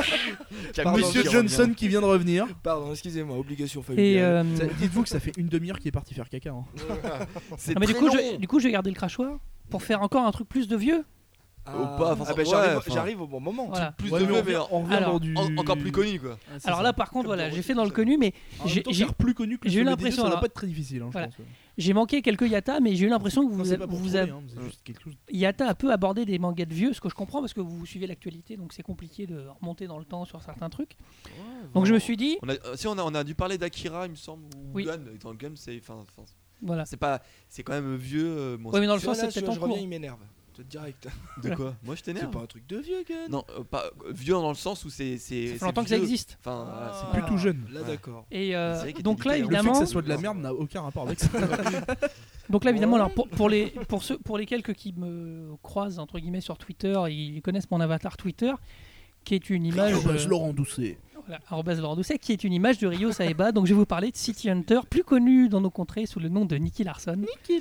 Pardon, Monsieur qui Johnson revient. qui vient de revenir. Pardon, excusez-moi, obligation et familiale. euh, Ça- Dites-vous que ça fait une demi-heure qu'il est parti faire caca. hein. C'est non, mais du très coup long. je, du coup je vais garder le crachoir pour faire encore un truc plus de vieux Ah, Ou pas, enfin, ah bah, ouais, j'arrive, enfin. j'arrive au bon moment. voilà. Plus Ouais, de mais vieux, on mais revient- on revient Alors, dans du... en- encore plus connu quoi. Ah, c'est Alors ça. là par contre Comme voilà dans j'ai fait dans le Rocky, connu mais En même j'ai temps, j'ai- faire plus connu que j'ai eu le l'impression, ça va alors- pas être très difficile. hein, je Voilà. pense. j'ai manqué quelques Yata mais j'ai eu l'impression que Non, vous c'est pas pour vous troller, avez hein, c'est juste quelque chose. Yata a peu abordé des mangas de vieux, ce que je comprends parce que vous suivez l'actualité, donc c'est compliqué de remonter dans le temps sur certains trucs. Donc je me suis dit, On a, euh, si on a, on a dû parler d'Akira, il me semble, ou Oui. Gun. Dans le Gun, c'est, enfin, enfin, voilà. c'est pas, c'est quand même vieux. euh, bon, Ouais, mais dans le Tu sens, vois, là, c'est je, peut-être je en reviens, cours. il m'énerve. Te direct. c'est- de quoi Moi, je C'est t'énerve. pas un truc de vieux, Gun. Non, euh, pas euh, vieux dans le sens où c'est, c'est. Ça fait c'est longtemps que ça vieux. existe. Enfin, voilà, c'est Ah, plus tout jeune. Là, Ouais. d'accord. Et euh, C'est vrai qu'il donc était là, littéralement- Le fait évidemment, que ça soit de la merde n'a aucun rapport avec ça. donc là, évidemment, alors pour, pour les pour ceux pour les quelques qui me croisent entre guillemets sur Twitter, ils connaissent mon avatar Twitter, qui est une image. Arrobase euh, Laurent Doucet. Voilà, arobase Laurent Doucet, qui est une image de Ryo Saeba. Donc je vais vous parler de City Hunter, plus connu dans nos contrées sous le nom de Nicky Larson.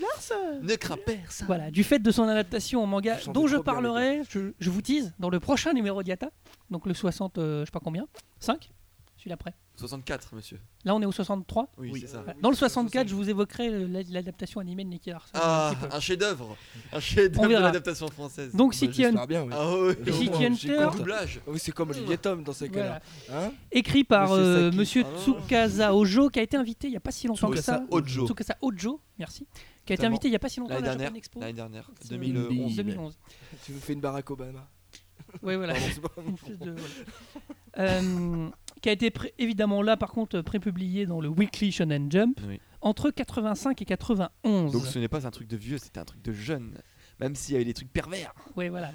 Ne crains personne. Voilà, du fait de son adaptation en manga, Je sentais dont je trop bien, parlerai, je, je vous tease, dans le prochain numéro d'Yata, donc le soixante, euh, je sais pas combien, cinq, celui d'après. soixante-quatre, monsieur. Là, on est au soixante-trois. Oui, Oui. c'est ça. Dans le soixante-quatre, je vous évoquerai euh, la- l'adaptation animée de Nicky Larson. Ah, un petit peu. un chef-d'œuvre. Un On chef-d'œuvre de verra. l'adaptation française. Donc, Bah, City Hunter, j'espère bien, oui. Ah ouais. Au City moins, j'y Hunter. compte. Doublage. Oui, c'est comme Olivier Tom dans ces cas-là. voilà. Hein écrit par Monsieur euh, Saki. Monsieur Ah non. Tsukasa Ojo, qui a été invité il n'y a pas si longtemps que Tsukasa ça. Ojo. Tsukasa Ojo, merci. Qui a été Totalement. invité il n'y a pas si longtemps à L'année la dernière. Japan Expo. L'année dernière. C'est deux mille onze. deux mille onze. Tu nous fais une Barack Obama. Oui, voilà. Pardon, c'est pas- Une espèce de- voilà. Euh, qui a été pré- évidemment là par contre prépublié dans le Weekly Shonen Jump Oui. entre quatre-vingt-cinq et quatre-vingt-onze. Donc ce n'est pas un truc de vieux, c'était un truc de jeune. Même s'il y avait des trucs pervers. Oui, voilà.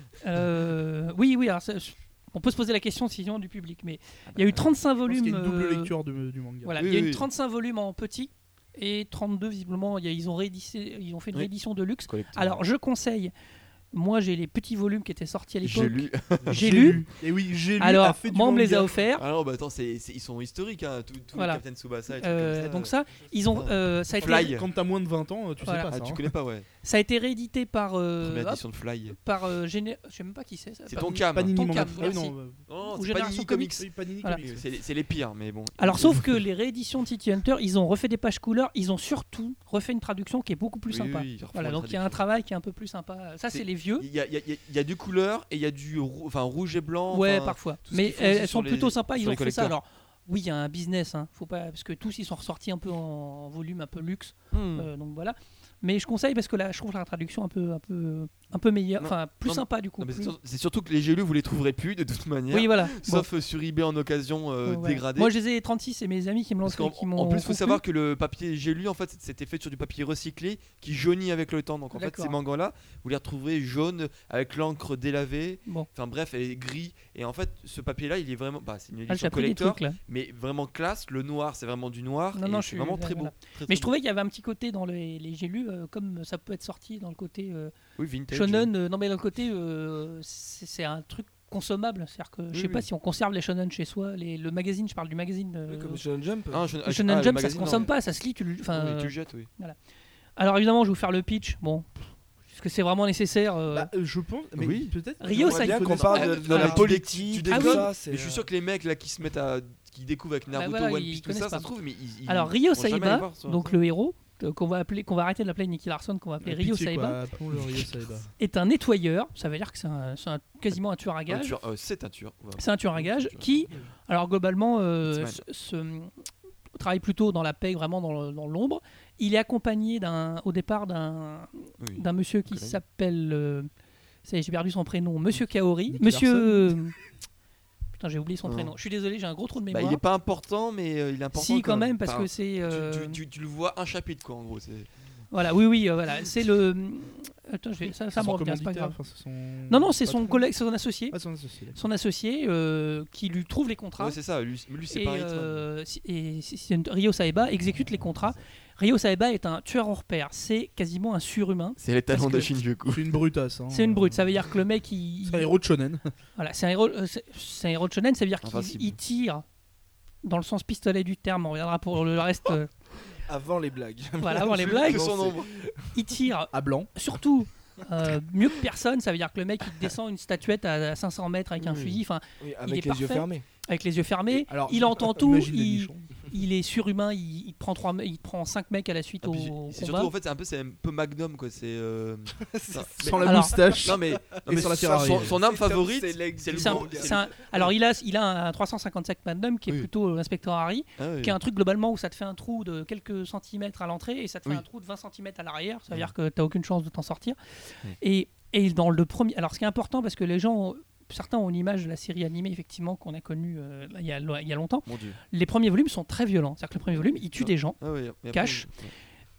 Euh, oui, oui. Alors, ça, on peut se poser la question sinon du public, mais Ah il y a eu bah, trente-cinq Je pense qu'il volumes. y a une double euh, lecture du, du manga. Voilà, Oui, il y a oui, eu oui. trente-cinq volumes en petit et trente-deux visiblement. Il y a- ils ont réédité, ils ont fait une Oui. réédition de luxe. collector. Alors, je conseille. Moi, j'ai les petits volumes qui étaient sortis à l'époque. j'ai lu. J'ai lu. Et oui, j'ai lu. Alors, a fait du moi, on me les a manga. offerts. Ah non, bah attends, c'est, c'est- ils sont historiques, hein, tous, tous Voilà. les Captain Tsubasa et tout Euh, comme ça. donc ça, ils ont, euh, ça a été, Fly. Quand t'as moins de vingt ans, tu Voilà. sais pas Ah, ça. tu hein. connais pas, ouais. ça a été réédité par, euh, Première hop, édition de Fly. par euh, Géné- je sais même pas qui c'est. ça, C'est par- ton cam. Panini Ton Manga. Cam, Ah oui, merci. non, euh, Non, Ou c'est Génération Panini Comics. Comics. oui, Panini Voilà. Comics. C'est, les- c'est les pires, mais bon. Alors, sauf que les rééditions de City Hunter, ils ont refait des pages couleurs. Ils ont surtout refait une traduction qui est beaucoup plus Oui, sympa. oui, ils refont Voilà, une donc il y a un traduction. travail qui est un peu plus sympa. Ça, c'est C'est- les vieux. Il y a, il y a- il y a- il y a du couleur et il y a du rou- enfin, rouge et blanc. Ouais, enfin, parfois. tout ce Mais qu'ils font elles, aussi elles sur sont les- plutôt sympas. Ils sur ont les fait ça. collecteurs. Alors, oui, il y a un business. Hein, faut pas, parce que tous ils sont ressortis un peu en volume, un peu luxe. Hmm. euh, donc voilà. Mais je conseille parce que là, je trouve la traduction un peu, un peu, un peu meilleure. Non, Enfin, plus non, sympa du coup. Non, mais c'est, plus- sur- c'est surtout que les G L U, vous les trouverez plus de toute manière. Oui, voilà. Bon. Sauf euh, sur eBay en occasion euh, Ouais, ouais. dégradé. Moi, je les ai trente-six et mes amis qui me l'ont Parce qu'en qui m'ont en plus, il faut conclu. savoir que le papier G L U, en fait, c'était fait sur du papier recyclé qui jaunit avec le temps. Donc en fait, D'accord. ces mangas-là, vous les retrouverez jaunes avec l'encre délavée. Bon, Enfin bref, elle est gris. Et en fait, ce papier-là, il est vraiment. Bah, c'est une ah, j'ai édition appris des collector, trucs là. mais vraiment classe. Le noir, c'est vraiment du noir. Non, et non, je c'est suis- vraiment très voilà. beau. Très, Mais très je trouvais qu'il y avait un petit côté dans les, les G L U, euh, comme ça peut être sorti dans le côté euh, beau. Oui, vintage. shonen. euh, non, mais dans le côté, euh, c'est c'est un truc consommable. C'est-à-dire que je Oui, sais pas oui. si on conserve les shonen chez soi. Les, le magazine, je parle du magazine. euh, Oui, comme Shonen Jump. Ah, je- le ah, shonen ah, le Jump, ça se magazine, consomme non. pas, ça se lit. Tu, le- enfin, Oui, euh, tu le jettes, oui. alors évidemment, je vais vous faire le pitch. Bon, est-ce que c'est vraiment nécessaire euh, Bah, euh, je pense. Mais Oui. peut-être. Rio, J'aimerais ça- bien qu'on connaissent parle pas. de, de Ah, la tu politique, tu tout déconnes, ça. c'est, Mais je suis sûr que les mecs là qui se mettent à. Qui découvrent avec Naruto, voilà, One ils Piece, tout ça, connaissent ça pas. se trouve, mais ils. ils Alors Ryo vont jamais aller Saiba, voir sur- donc le héros euh, qu'on va appeler, qu'on va arrêter de l'appeler Nicky Larson, qu'on va appeler Ryo Pitié, Saiba, quoi, appelons-le Ryo Saiba. est un nettoyeur. Ça veut dire que c'est un- c'est un- quasiment un tueur à Un gages. tueur- euh, C'est un tueur. voilà. C'est un tueur à gages C'est un tueur. qui, alors globalement, euh, Hitman. se- se- travaille plutôt dans la paix, vraiment dans le- dans l'ombre. Il est accompagné d'un, au départ d'un, Oui. d'un monsieur qui collègue. s'appelle, euh, ça y est, j'ai perdu son prénom, Monsieur Kaori. Nicky Monsieur, euh, putain, j'ai oublié son Non. prénom. Je suis désolé, j'ai un gros trou de Bah, mémoire. il est pas important, mais euh, il est important. si quand même, parce Enfin, que c'est. tu- euh, tu, tu- tu le vois un chapitre, quoi, en gros. C'est... Voilà, oui, oui, euh, voilà, c'est le. Attends, je vais- ça, ça Son me revient, c'est pas commanditaire, grave. enfin, c'est son- Non, non, c'est son patron. collègue, c'est son associé, Ah, son associé. d'accord. son associé euh, qui lui trouve les contrats. Ouais, c'est ça. Lui, lui c'est et, pas Hitman. euh, si- et si- si Ryo Saiba exécute les contrats. Ryo Saiba est un tueur hors pair, c'est quasiment un surhumain. C'est les talents parce de que- Shinjuku. C'est une brutasse. hein. C'est une brute, ça veut dire que le mec, il, C'est un héros de shonen. voilà, c'est un héros, euh, c'est c'est un héros de shonen, ça veut dire qu'il Invincible. il tire dans le sens pistolet du terme. On reviendra pour le reste. euh, Avant les blagues. voilà, avant les Plus blagues. Que Non, son c'est- nombre. Il tire À blanc. surtout euh, mieux que personne. Ça veut dire que le mec il descend une statuette à cinq cents mètres avec un Oui. fusil, enfin Oui, est avec les parfait. yeux fermés. avec les yeux fermés. Alors, il entend tout. imagine les Il, nichons. il est surhumain. Il, il prend trois, me- il prend cinq mecs à la suite Ah, au puis combat. c'est surtout, en fait, c'est un peu, c'est un peu Magnum, quoi. C'est. euh, ça- Sans la Alors- moustache. Non, mais. non, Et mais sur la son- Ferrari. son, son arme C'est comme favorite, ses legs. c'est le C'est un- gros- c'est un- alors il a, il a un trois cent cinquante-sept Magnum qui est Oui. plutôt l'inspecteur Harry, Ah, oui. qui est un truc globalement où ça te fait un trou de quelques centimètres à l'entrée et ça te fait Oui. un trou de vingt centimètres à l'arrière. Ça veut Mm. dire que tu n'as aucune chance de t'en sortir. Mm. Et, et dans le premier, alors ce qui est important parce que les gens, certains ont une image de la série animée effectivement qu'on a connue euh, là, il y a, il y a longtemps. Mon dieu. Les premiers volumes sont très violents. C'est-à-dire que le premier volume, il tue Ah. des gens. Ah, oui, et après, Cache. ouais.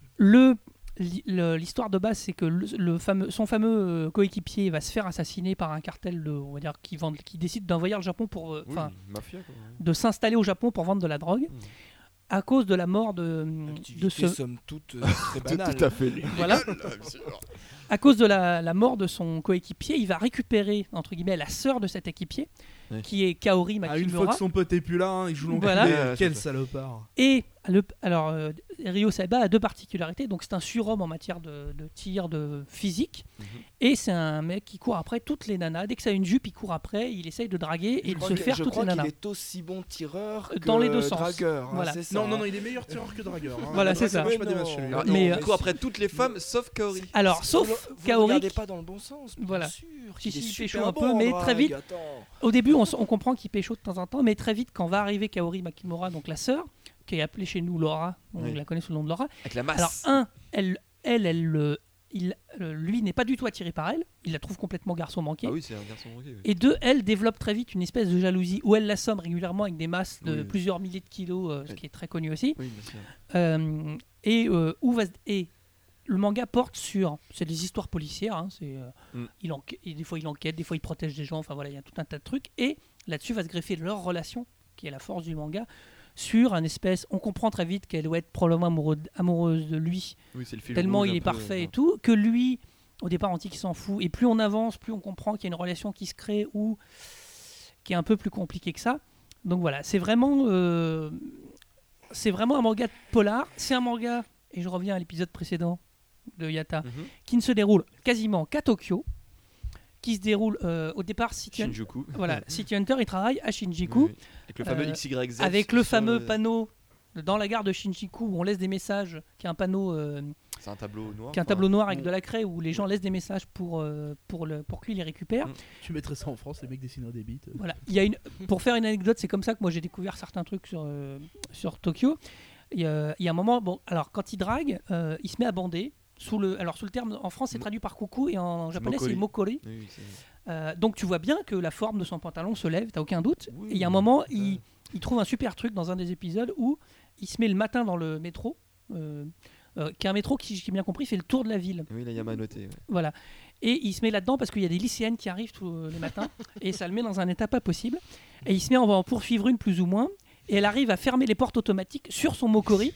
Le li- le- L'histoire de base, c'est que le, le fameux, son fameux euh, coéquipier va se faire assassiner par un cartel de, on va dire, qui, vend, qui décide d'envahir le Japon pour, euh, Oui, enfin, mafia, quoi. de s'installer au Japon pour vendre de la drogue, Mm. à cause de la mort de, de Activité ce, somme toute euh, très banale. fait. voilà, à cause de la, la mort de son coéquipier, il va récupérer entre guillemets la sœur de cet équipier, Ouais. qui est Kaori Ah, une fois Makimura. que son pote est plus là, hein, il joue l'anglais. Voilà. Ouais, Quel c'est ça. salopard. Et le, alors, euh, Ryo Saeba a deux particularités. Donc c'est un surhomme en matière de, de tir, de physique, Mhm. et c'est un mec qui court après toutes les nanas. Dès que ça a une jupe, il court après, il essaye de draguer et Je de crois se que- faire je toutes les crois qu'il nanas. est aussi bon tireur que Dans les deux sens. dragueur. hein, Voilà. c'est ça, Non, non, hein. non, il est meilleur tireur que dragueur. hein. Voilà, Le c'est drague, ça. marche pas Mais des non, masses chez lui. Alors, non, mais, il euh, court après toutes les femmes sauf Kaori. Alors, Vous sauf le- vous Kaori, regardez qui- pas dans le bon sens. bien Voilà. sûr, Si, il est si, il super pécho un bon peu, en mais drague, très vite. attends. au début, on, s- on comprend qu'il pécho de temps en temps, mais très vite, quand va arriver Kaori Makimura, donc la sœur, qui est appelée chez nous Laura, on Oui. la connaît sous le nom de Laura. Avec la masse. Alors, un, elle, elle, elle, euh, il, euh, lui n'est pas du tout attiré par elle, il la trouve complètement garçon manqué. Ah oui, c'est un garçon manqué. oui. Et deux, elle développe très vite une espèce de jalousie où elle l'assomme régulièrement avec des masses de Oui. plusieurs milliers de kilos, euh, ce Oui. qui est très connu aussi. Oui, bien sûr. Euh, et euh, où va se- et le manga porte sur, c'est des histoires policières, hein, c'est, euh, Mm. il enquête, et des fois il enquête, des fois il protège des gens, enfin voilà, il y a tout un tas de trucs. Et là-dessus va se greffer leur relation, qui est la force du manga, sur un espèce, on comprend très vite qu'elle doit être probablement amoureux- amoureuse de lui, Oui, c'est le fil tellement rouge il un est peu, parfait euh, et tout, que lui, au départ, on dit qu'il s'en fout. Et plus on avance, plus on comprend qu'il y a une relation qui se crée ou qui est un peu plus compliquée que ça. Donc voilà, c'est vraiment, euh, c'est vraiment un manga de polar. C'est un manga, et je reviens à l'épisode précédent de Yata, Mhm. qui ne se déroule quasiment qu'à Tokyo, qui se déroule euh, au départ City, Hun- Shinjuku. voilà, City Hunter, il travaille à Shinjuku. Oui, oui. Avec le fameux Euh, X Y Z. Avec le sur fameux panneau dans la gare de Shinjuku où on laisse des messages, qui est un panneau, euh, C'est un tableau noir. qui est un enfin, tableau noir avec mm. de la craie où les gens laissent des messages pour, euh, pour, le, pour que lui les récupère. Mm. Tu mettrais ça en France, les mecs dessineraient des bites. Voilà. Il y a une, pour faire une anecdote, c'est comme ça que moi j'ai découvert certains trucs sur, euh, sur Tokyo. Il y, a, il y a un moment, bon, alors quand il drague, euh, il se met à bander. Sous le, alors sous le terme, en France c'est Mo- traduit par coucou et en japonais mokori. c'est mokori. Oui, oui, c'est- Euh, donc tu vois bien que la forme de son pantalon se lève, t'as aucun doute. Oui, et il y a un moment, ça. il, il trouve un super truc dans un des épisodes où il se met le matin dans le métro, euh, euh, qui est un métro qui, j'ai bien compris, fait le tour de la ville. Oui, la Yamanote. ouais. Voilà. Et il se met là-dedans parce qu'il y a des lycéennes qui arrivent tous euh, les matins et ça le met dans un état pas possible. Et il se met en en poursuivre une plus ou moins. Et elle arrive à fermer les portes automatiques sur son mokori.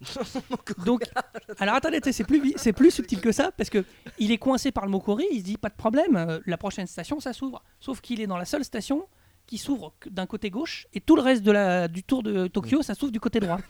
Donc, alors attendez, tu sais, c'est plus, vi- c'est plus subtil que ça parce que il est coincé par le mokori. Il se dit pas de problème, euh, la prochaine station ça s'ouvre. Sauf qu'il est dans la seule station qui s'ouvre que d'un côté gauche et tout le reste de la, du tour de Tokyo ça s'ouvre du côté droit.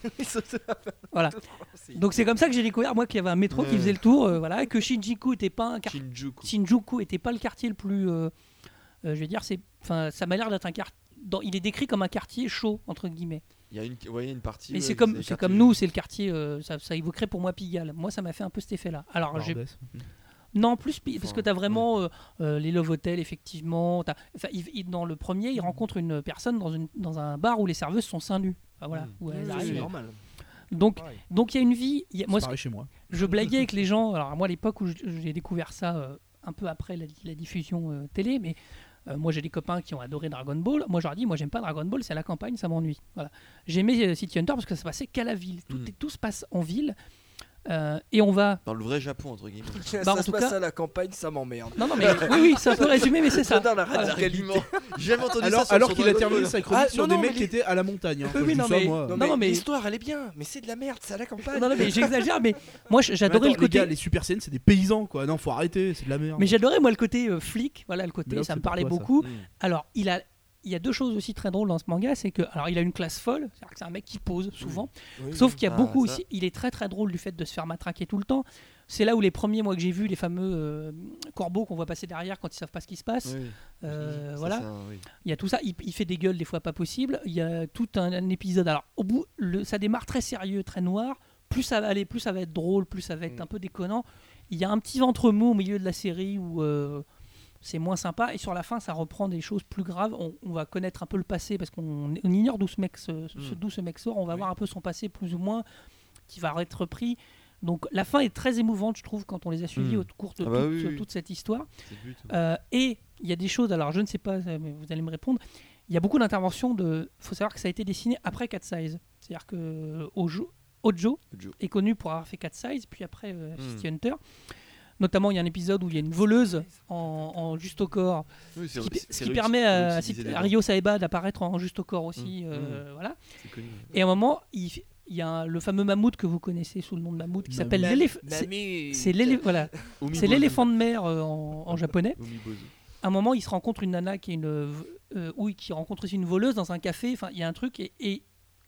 Voilà. Donc c'est comme ça que j'ai découvert moi qu'il y avait un métro qui Ouais. faisait le tour, euh, voilà, que Shinjuku était pas un quartier. Shinjuku. Shinjuku était pas le quartier le plus, euh, euh, je vais dire, c'est, enfin, ça m'a l'air d'être un quartier. Il est décrit comme un quartier chaud entre guillemets. Il y a une, ouais, il y a une partie. Mais ouais, c'est comme, des c'est quartiers- comme nous, c'est le quartier. euh, ça, ça évoquerait pour moi Pigalle. Moi, ça m'a fait un peu cet effet-là. Alors, j'ai, Barbès. non plus pi- parce Enfin, que t'as vraiment euh, euh, les love hotels effectivement. T'as- enfin, il- il- dans le premier, il rencontre une personne dans une dans un bar où les serveuses sont seins nus. Enfin, voilà, Mm. où elles Oui, arrivent. c'est normal. Donc, Pareil. donc il y a une vie. il y a- moi, C'est ce pareil chez moi. je blaguais avec les gens. Alors moi, à l'époque où j- j'ai découvert ça, euh, un peu après la, la diffusion euh, télé, mais euh, moi j'ai des copains qui ont adoré Dragon Ball. Moi, je leur dis, moi j'aime pas Dragon Ball, c'est à la campagne, ça m'ennuie. Voilà. J'aimais euh, City Hunter parce que ça passait qu'à la ville. Tout, Mm. est- tout se passe en ville. Euh, et on va. Dans le vrai Japon, entre guillemets. Ça Bah, en se tout passe cas- à la campagne, ça m'emmerde. Non, non, mais oui, oui, c'est un peu résumé, mais c'est ça. J'adore la Voilà. radicalité. Argument. J'ai jamais entendu ça Alors, sur- alors sur qu'il a Dragon terminé Ball. sa chronique Ah, sur non, des non, mecs mais qui étaient à la montagne. hein. Oui, Quand oui, je non, dis ça, mais- moi, Non, Non, non, mais- l'histoire elle est bien, mais c'est de la merde, c'est à la campagne. Non, non, mais j'exagère, mais moi j- Mais j'adorais attends, le côté. Les gars, les Super Saiyan, c'est des paysans quoi. Non, faut arrêter, c'est de la merde. Mais j'adorais moi le côté euh, flic, voilà le Mais côté, là, ça c'est me pour parlait toi, ça. beaucoup. Mm. Alors il a, il y a deux choses aussi très drôles dans ce manga, c'est que alors il a une classe folle, c'est-à-dire que c'est un mec qui pose souvent. Oui, Sauf oui. qu'il y a Ah, beaucoup ça. aussi, il est très très drôle du fait de se faire matraquer tout le temps. C'est là où les premiers moi que j'ai vu les fameux euh, corbeaux qu'on voit passer derrière quand ils savent pas ce qui se passe. Oui. Euh, Ça, voilà. c'est un- oui. Il y a tout ça, il, il fait des gueules des fois pas possibles. Il y a tout un, un épisode. Alors au bout, le, ça démarre très sérieux, très noir. Plus ça va aller, plus ça va être drôle, plus ça va être Mm. un peu déconnant. Il y a un petit ventre mou au milieu de la série où euh, c'est moins sympa. Et sur la fin, ça reprend des choses plus graves. On, on va connaître un peu le passé parce qu'on on ignore d'où ce mec, se- ce- Mm. d'où ce mec sort. On va Oui. voir un peu son passé plus ou moins qui va être repris. Donc la fin est très émouvante, je trouve, quand on les a suivis Mm. au cours de Ah bah toute, oui, oui. toute cette histoire. C'est le but. Euh, et il y a des choses, alors je ne sais pas, euh, mais vous allez me répondre. Il y a beaucoup d'interventions de. Il faut savoir que ça a été dessiné après Cat Size. C'est-à-dire que Ojo, Ojo Ojo. est connu pour avoir fait Cat Size, puis après euh, Hmm. City Hunter. Notamment, il y a un épisode où il y a une voleuse en, en juste au corps, Oui, c'est- qui, c'est- ce c'est qui réuti- permet à, à, réutiliser des à dents. Ryo Saeba d'apparaître en juste au corps aussi. Hmm. euh, Voilà. C'est connu. Et à un moment, il, f- il y a un- le fameux mammouth que vous connaissez sous le nom de mammouth qui Mammouth. s'appelle Mam- l'éléphant. C'est Mamie. c'est l'élé- voilà. C'est Umibozu. l'éléphant de mer euh, en, en japonais. Umibozu. À un moment, il se rencontre une nana qui est une, euh, oui, qui rencontre aussi une voleuse dans un café. Enfin, il y a un truc et, et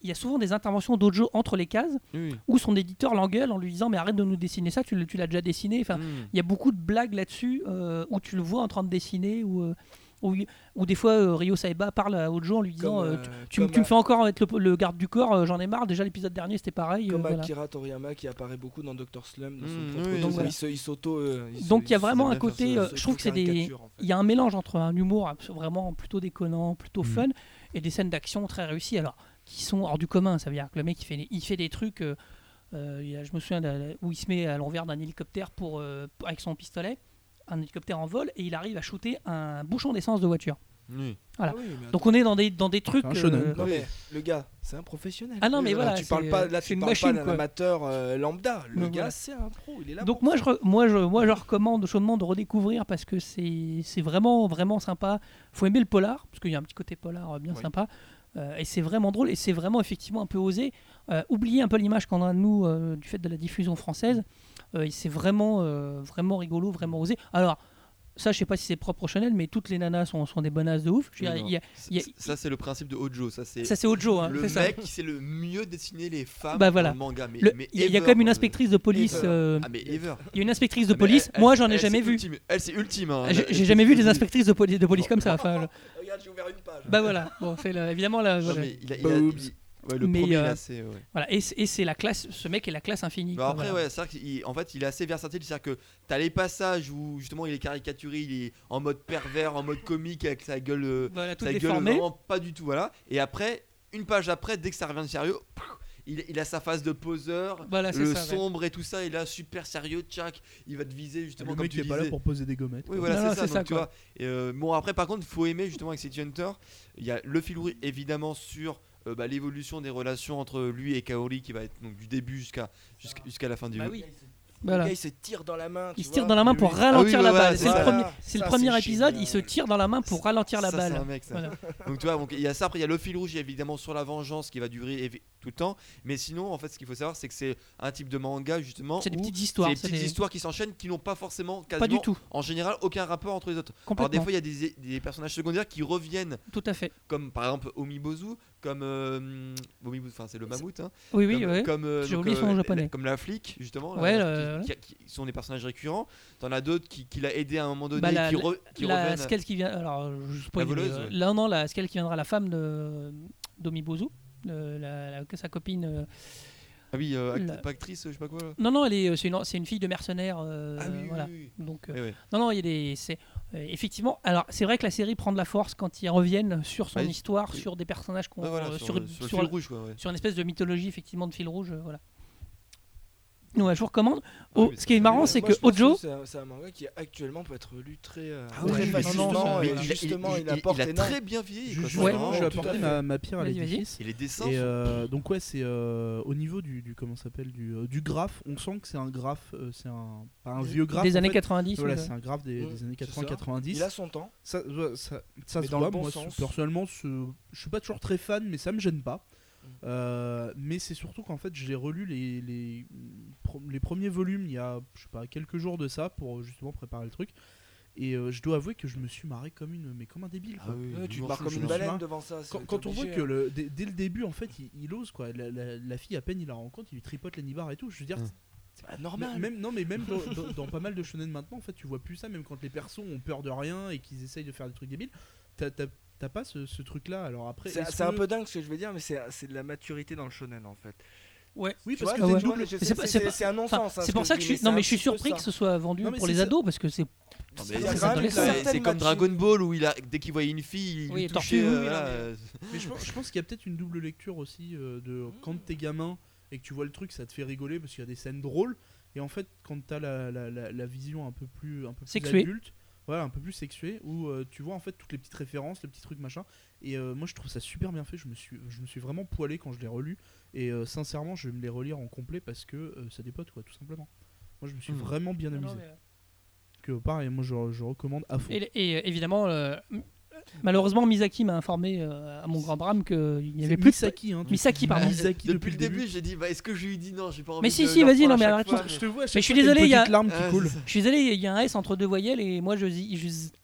il y a souvent des interventions d'Ojo entre les cases Oui. où son éditeur l'engueule en lui disant mais arrête de nous dessiner ça, tu, l- tu l'as déjà dessiné. Enfin, Mm. il y a beaucoup de blagues là-dessus euh, où tu le vois en train de dessiner ou euh, où, il- où des fois euh, Ryo Saeba parle à Ojo en lui disant Comme, euh, euh, tu, m- comme tu me à- fais encore être le, le garde du corps, euh, j'en ai marre. Déjà l'épisode dernier c'était pareil. euh, Comme voilà. Akira Toriyama qui apparaît beaucoup dans docteur Slump, dans son Mm, propre oui, dessin. voilà. il se- il s'auto. euh, il se- Donc il y a se- vraiment un bien faire côté, ça. euh, se je trouve que c'est des, caricature, en fait. il y a un mélange entre un humour abs- vraiment plutôt déconnant, plutôt Mhm. fun, et des scènes d'action très réussies. Alors qui sont hors du commun, ça veut dire que le mec il fait, des- il fait des trucs. euh, euh, il y a- je me souviens de- où il se met à l'envers d'un hélicoptère pour euh, avec son pistolet, un hélicoptère en vol, et il arrive à shooter un bouchon d'essence de voiture. Oui. Voilà. Ah oui, mais Donc on est dans des dans des trucs. un shonen, euh, Non mais le gars, c'est un professionnel. Ah non, Oui, mais voilà, tu parles c'est- pas là, c'est tu une parles machine, pas d'un quoi. amateur euh, lambda. Le Donc, gars, voilà. c'est un pro, il est là. Donc pour moi ça. je, re- moi, je, moi je recommande chaudement de redécouvrir parce que c'est c'est vraiment, vraiment sympa. Faut aimer le polar, parce qu'il y a un petit côté polar euh, bien Oui. sympa. Euh, et c'est vraiment drôle, et c'est vraiment effectivement un peu osé. Euh, oubliez un peu l'image qu'on a de nous euh, du fait de la diffusion française. Euh, et c'est vraiment, euh, vraiment rigolo, vraiment osé. Alors, ça je sais pas si c'est propre au Chanel, mais toutes les nanas sont, sont des bonasses de ouf. Je veux dire, Non. il y a- il y a- C- Ça, c'est le principe de Ojo. Ça, c'est ça c'est Ojo, hein, le c'est ça. mec qui sait le mieux dessiner les femmes Bah, voilà. dans le manga. Mais, Le- mais Il y a, il y a ever, comme une quoi. inspectrice de police. Ever. euh, Ah, mais ever. Il y a une inspectrice de Ah, mais police. elle- Moi elle- j'en ai elle, jamais c'est vu. ultime. Elle, c'est ultime. hein. J'ai Elle- j'ai jamais vu des elle- inspectrices de, poli- de police comme ça. Enfin, le- Regarde, j'ai ouvert une page. bah voilà. Bon, c'est le- évidemment là. Non, voilà. mais il a- il a- Boobs. il- ouais, le Mais, premier, euh, là, c'est. ouais. Voilà, et c'est et c'est la classe, ce mec est la classe infinie. Bah quoi, après, voilà. ouais, c'est vrai qu'en fait, il est assez versatile. C'est-à-dire que t'as les passages où justement il est caricaturé, il est en mode pervers, en mode comique avec sa gueule, euh, Voilà, tout sa gueule déformé. vraiment pas du tout. Voilà. Et après, une page après, dès que ça revient de sérieux, il, il a sa phase de poseur, Voilà, c'est le ça. ouais. sombre et tout ça. Il est là super sérieux, tchac. Il va te viser justement Le comme mec tu qui est pas là disais. pour poser des gommettes. Oui, quoi. voilà, Non, non, c'est ça. c'est Donc, ça, tu quoi. vois. Et, euh, bon, après, par contre, il faut aimer justement avec City Hunter. Il y a le fil rouge évidemment sur euh, bah, l'évolution des relations entre lui et Kaori qui va être donc du début jusqu'à jusqu'à jusqu'à la fin du. Bah oui. Le Voilà. gars, il se tire dans la main. Il tu se tire vois. dans la main Oui, pour oui. ralentir Ah oui, la ouais, balle. ouais, C'est le voilà. premier, c'est le Ça, premier c'est épisode. génial. Il se tire dans la main pour ralentir la Ça, balle. c'est un mec, ça. Voilà. Donc tu vois, donc il y a ça. Après, il y a le fil rouge évidemment sur la vengeance qui va durer évi- tout le temps. Mais sinon, en fait, ce qu'il faut savoir, c'est que c'est un type de manga justement. C'est des où petites histoires. C'est des c'est petites des- histoires qui s'enchaînent, qui n'ont pas forcément, Pas quasiment, du tout. en général, aucun rapport entre les autres. Alors des Complètement. fois, il y a des, des personnages secondaires qui reviennent, Tout à fait. comme par exemple Omibozu, comme euh, Omibozu, enfin c'est le mammouth, hein, Oui, oui, comme, oui. comme, euh, J'ai donc, oublié son nom la- japonais. comme la flic justement, Ouais, euh, le- qui, qui- qui sont des personnages récurrents. T'en as d'autres qui, qui l'a aidé à un moment donné, Bah, la- qui, re- qui La reviennent. Skell qui vient. Alors, je spoil, voleuse, mais, euh, ouais. Là, non, la Skell qui viendra la femme de d'Omibozu, le- la, la- sa copine. euh, Ah oui, euh, act- la- pas actrice, je sais pas quoi. Là. Non, non, elle est, c'est une, c'est une fille de mercenaire. euh, ah oui, oui, voilà. oui, Donc, euh, oui. Ouais, ouais. non, non, il y a des. C'est, euh, effectivement, alors c'est vrai que la série prend de la force quand ils reviennent sur son Ouais, histoire, oui. sur des personnages qu'on. Ouais, voilà, euh, sur, sur, le- sur le sur fil la- rouge quoi. Ouais. sur une espèce de mythologie, effectivement, de fil rouge. euh, voilà. Ouais, je vous recommande. Ah Oh, oui, ce qui est marrant, Moi, c'est moi, que je pense Ojo. c'est un, c'est un manga qui actuellement peut être lu très, euh, Ah très oui, facilement. non, non, et voilà. justement, il, il, apporte il a énorme. très bien vieilli. quoi, Justement, Ouais. c'est je vais vraiment- tout à apporter fait. ma, ma pierre à Vas-y, vas-y. l'édifice. Et les dessins Et sont- euh, donc ouais, c'est euh, au niveau du, du comment ça s'appelle du, euh, du graphe, on sent que c'est un graphe, euh, c'est un pas un vieux graphe. Des en années fait. quatre-vingt-dix. Voilà, ouais. c'est un graphe des, Mm, des années c'est quatre-vingts ça. quatre-vingt-dix. Il a son temps. Ça, ouais, ça, ça Mais se dans voit. le bon Moi, sens. personnellement, ce- je suis pas toujours très fan, mais ça me gêne pas. Mm. Euh, mais c'est surtout qu'en fait, j'ai relu les, les, pro- les premiers volumes il y a, je sais pas, quelques jours de ça pour euh, justement préparer le truc. Et euh, je dois avouer que je me suis marré comme une, mais comme un débile. Ah quoi. oui, Ouais, tu te je marres m'en comme fous, une je me suis baleine marré. devant ça. c'est- Quand, t'es quand on voit obligé, que hein. le, dès, dès le début, en fait, il, il ose quoi. La, la- la fille, à peine il la rencontre, il lui tripote les nibards et tout. Je veux dire, Mm. C'est pas Mais- normal. Même, non, mais même dans, dans- dans pas mal de shonen maintenant, en fait, tu vois plus ça, même quand les persos ont peur de rien et qu'ils essayent de faire des trucs débiles. T'as, t'as- t'as pas ce, ce truc-là. Alors après, C'est est-ce c'est un que- peu dingue ce que je veux dire, mais c'est c'est de la maturité dans le shonen en fait. Ouais. Oui, Tu parce vois, que ouais. c'est une tu vois, double. je sais, Mais c'est pas- c'est- c'est c'est- pas- c'est un Enfin, non-sens. hein, c'est ce pour que ça je que je dis, suis. mais Non, mais c'est je suis un petit peu surpris ça. que ce soit vendu Non, mais pour c'est les ça. ados parce que c'est. Non, mais C'est- c'est- c'est c'est- adolescent. c'est- Certaines c'est comme machines. Dragon Ball où il a, dès qu'il voyait une fille, il Oui, lui Tortue, touchait. oui, euh, oui, voilà, non, mais- euh, Mais je, pense- je pense qu'il y a peut-être une double lecture aussi euh, de quand t'es gamin et que tu vois le truc, ça te fait rigoler parce qu'il y a des scènes drôles. Et en fait, quand t'as la, la, la, la vision un peu plus, un peu plus Sexuée. adulte, voilà, un peu plus sexuée, où euh, tu vois en fait toutes les petites références, les petits trucs machin. Et euh, moi, je trouve ça super bien fait. Je me suis, je me suis vraiment poilé quand je l'ai relu. Et euh, sincèrement, je vais me les relire en complet parce que euh, ça dépote, quoi, tout simplement. Moi, je me suis Mhm. vraiment bien Non, amusé. non, mais- Que pareil, moi, je, je recommande à fond. Et, et, euh, évidemment, euh, malheureusement, Misaki m'a informé euh, à mon grand drame qu'il n'y C'est avait plus de. Misaki, hein, tu- Misaki, pardon. Misaki Depuis le début, j'ai dit, bah, est-ce que je lui ai dit non, j'ai pas envie Mais de si, le si, vas-y, reprendre non, à mais chaque arrête, fois, je Je te vois, à chaque Mais je suis fois, t'as une désolé, il y a- petite larme qui Ah, coule. c'est ça. Je suis désolé, il y a un S entre deux voyelles et moi je, je,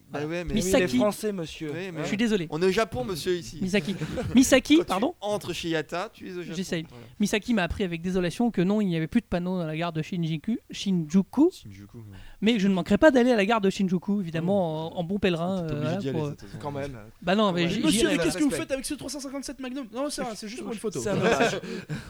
Bah ouais, mais Mais Misaki. il est français, monsieur. Ouais, mais- Je suis désolé. on est au Japon, monsieur, ici. Misaki. Misaki, Quand tu pardon. entres chez Yata, tu es au Japon. J'essaye. Voilà. Misaki m'a appris avec désolation que non, il n'y avait plus de panneaux dans la gare de Shinjuku, Shinjuku Shinjuku. ouais. mais je ne manquerai pas d'aller à la gare de Shinjuku, évidemment, en, en bon pèlerin. T'es euh, obligé voilà, d'y aller, pour, ça, euh, de toute façon. Quand même. Bah non, mais Ouais. j'y- Monsieur, j'irai, Monsieur, mais là. qu'est-ce que vous respect. faites avec ce trois cent cinquante-sept Magnum? Non, c'est rien, c'est juste pour une photo. C'est un hommage.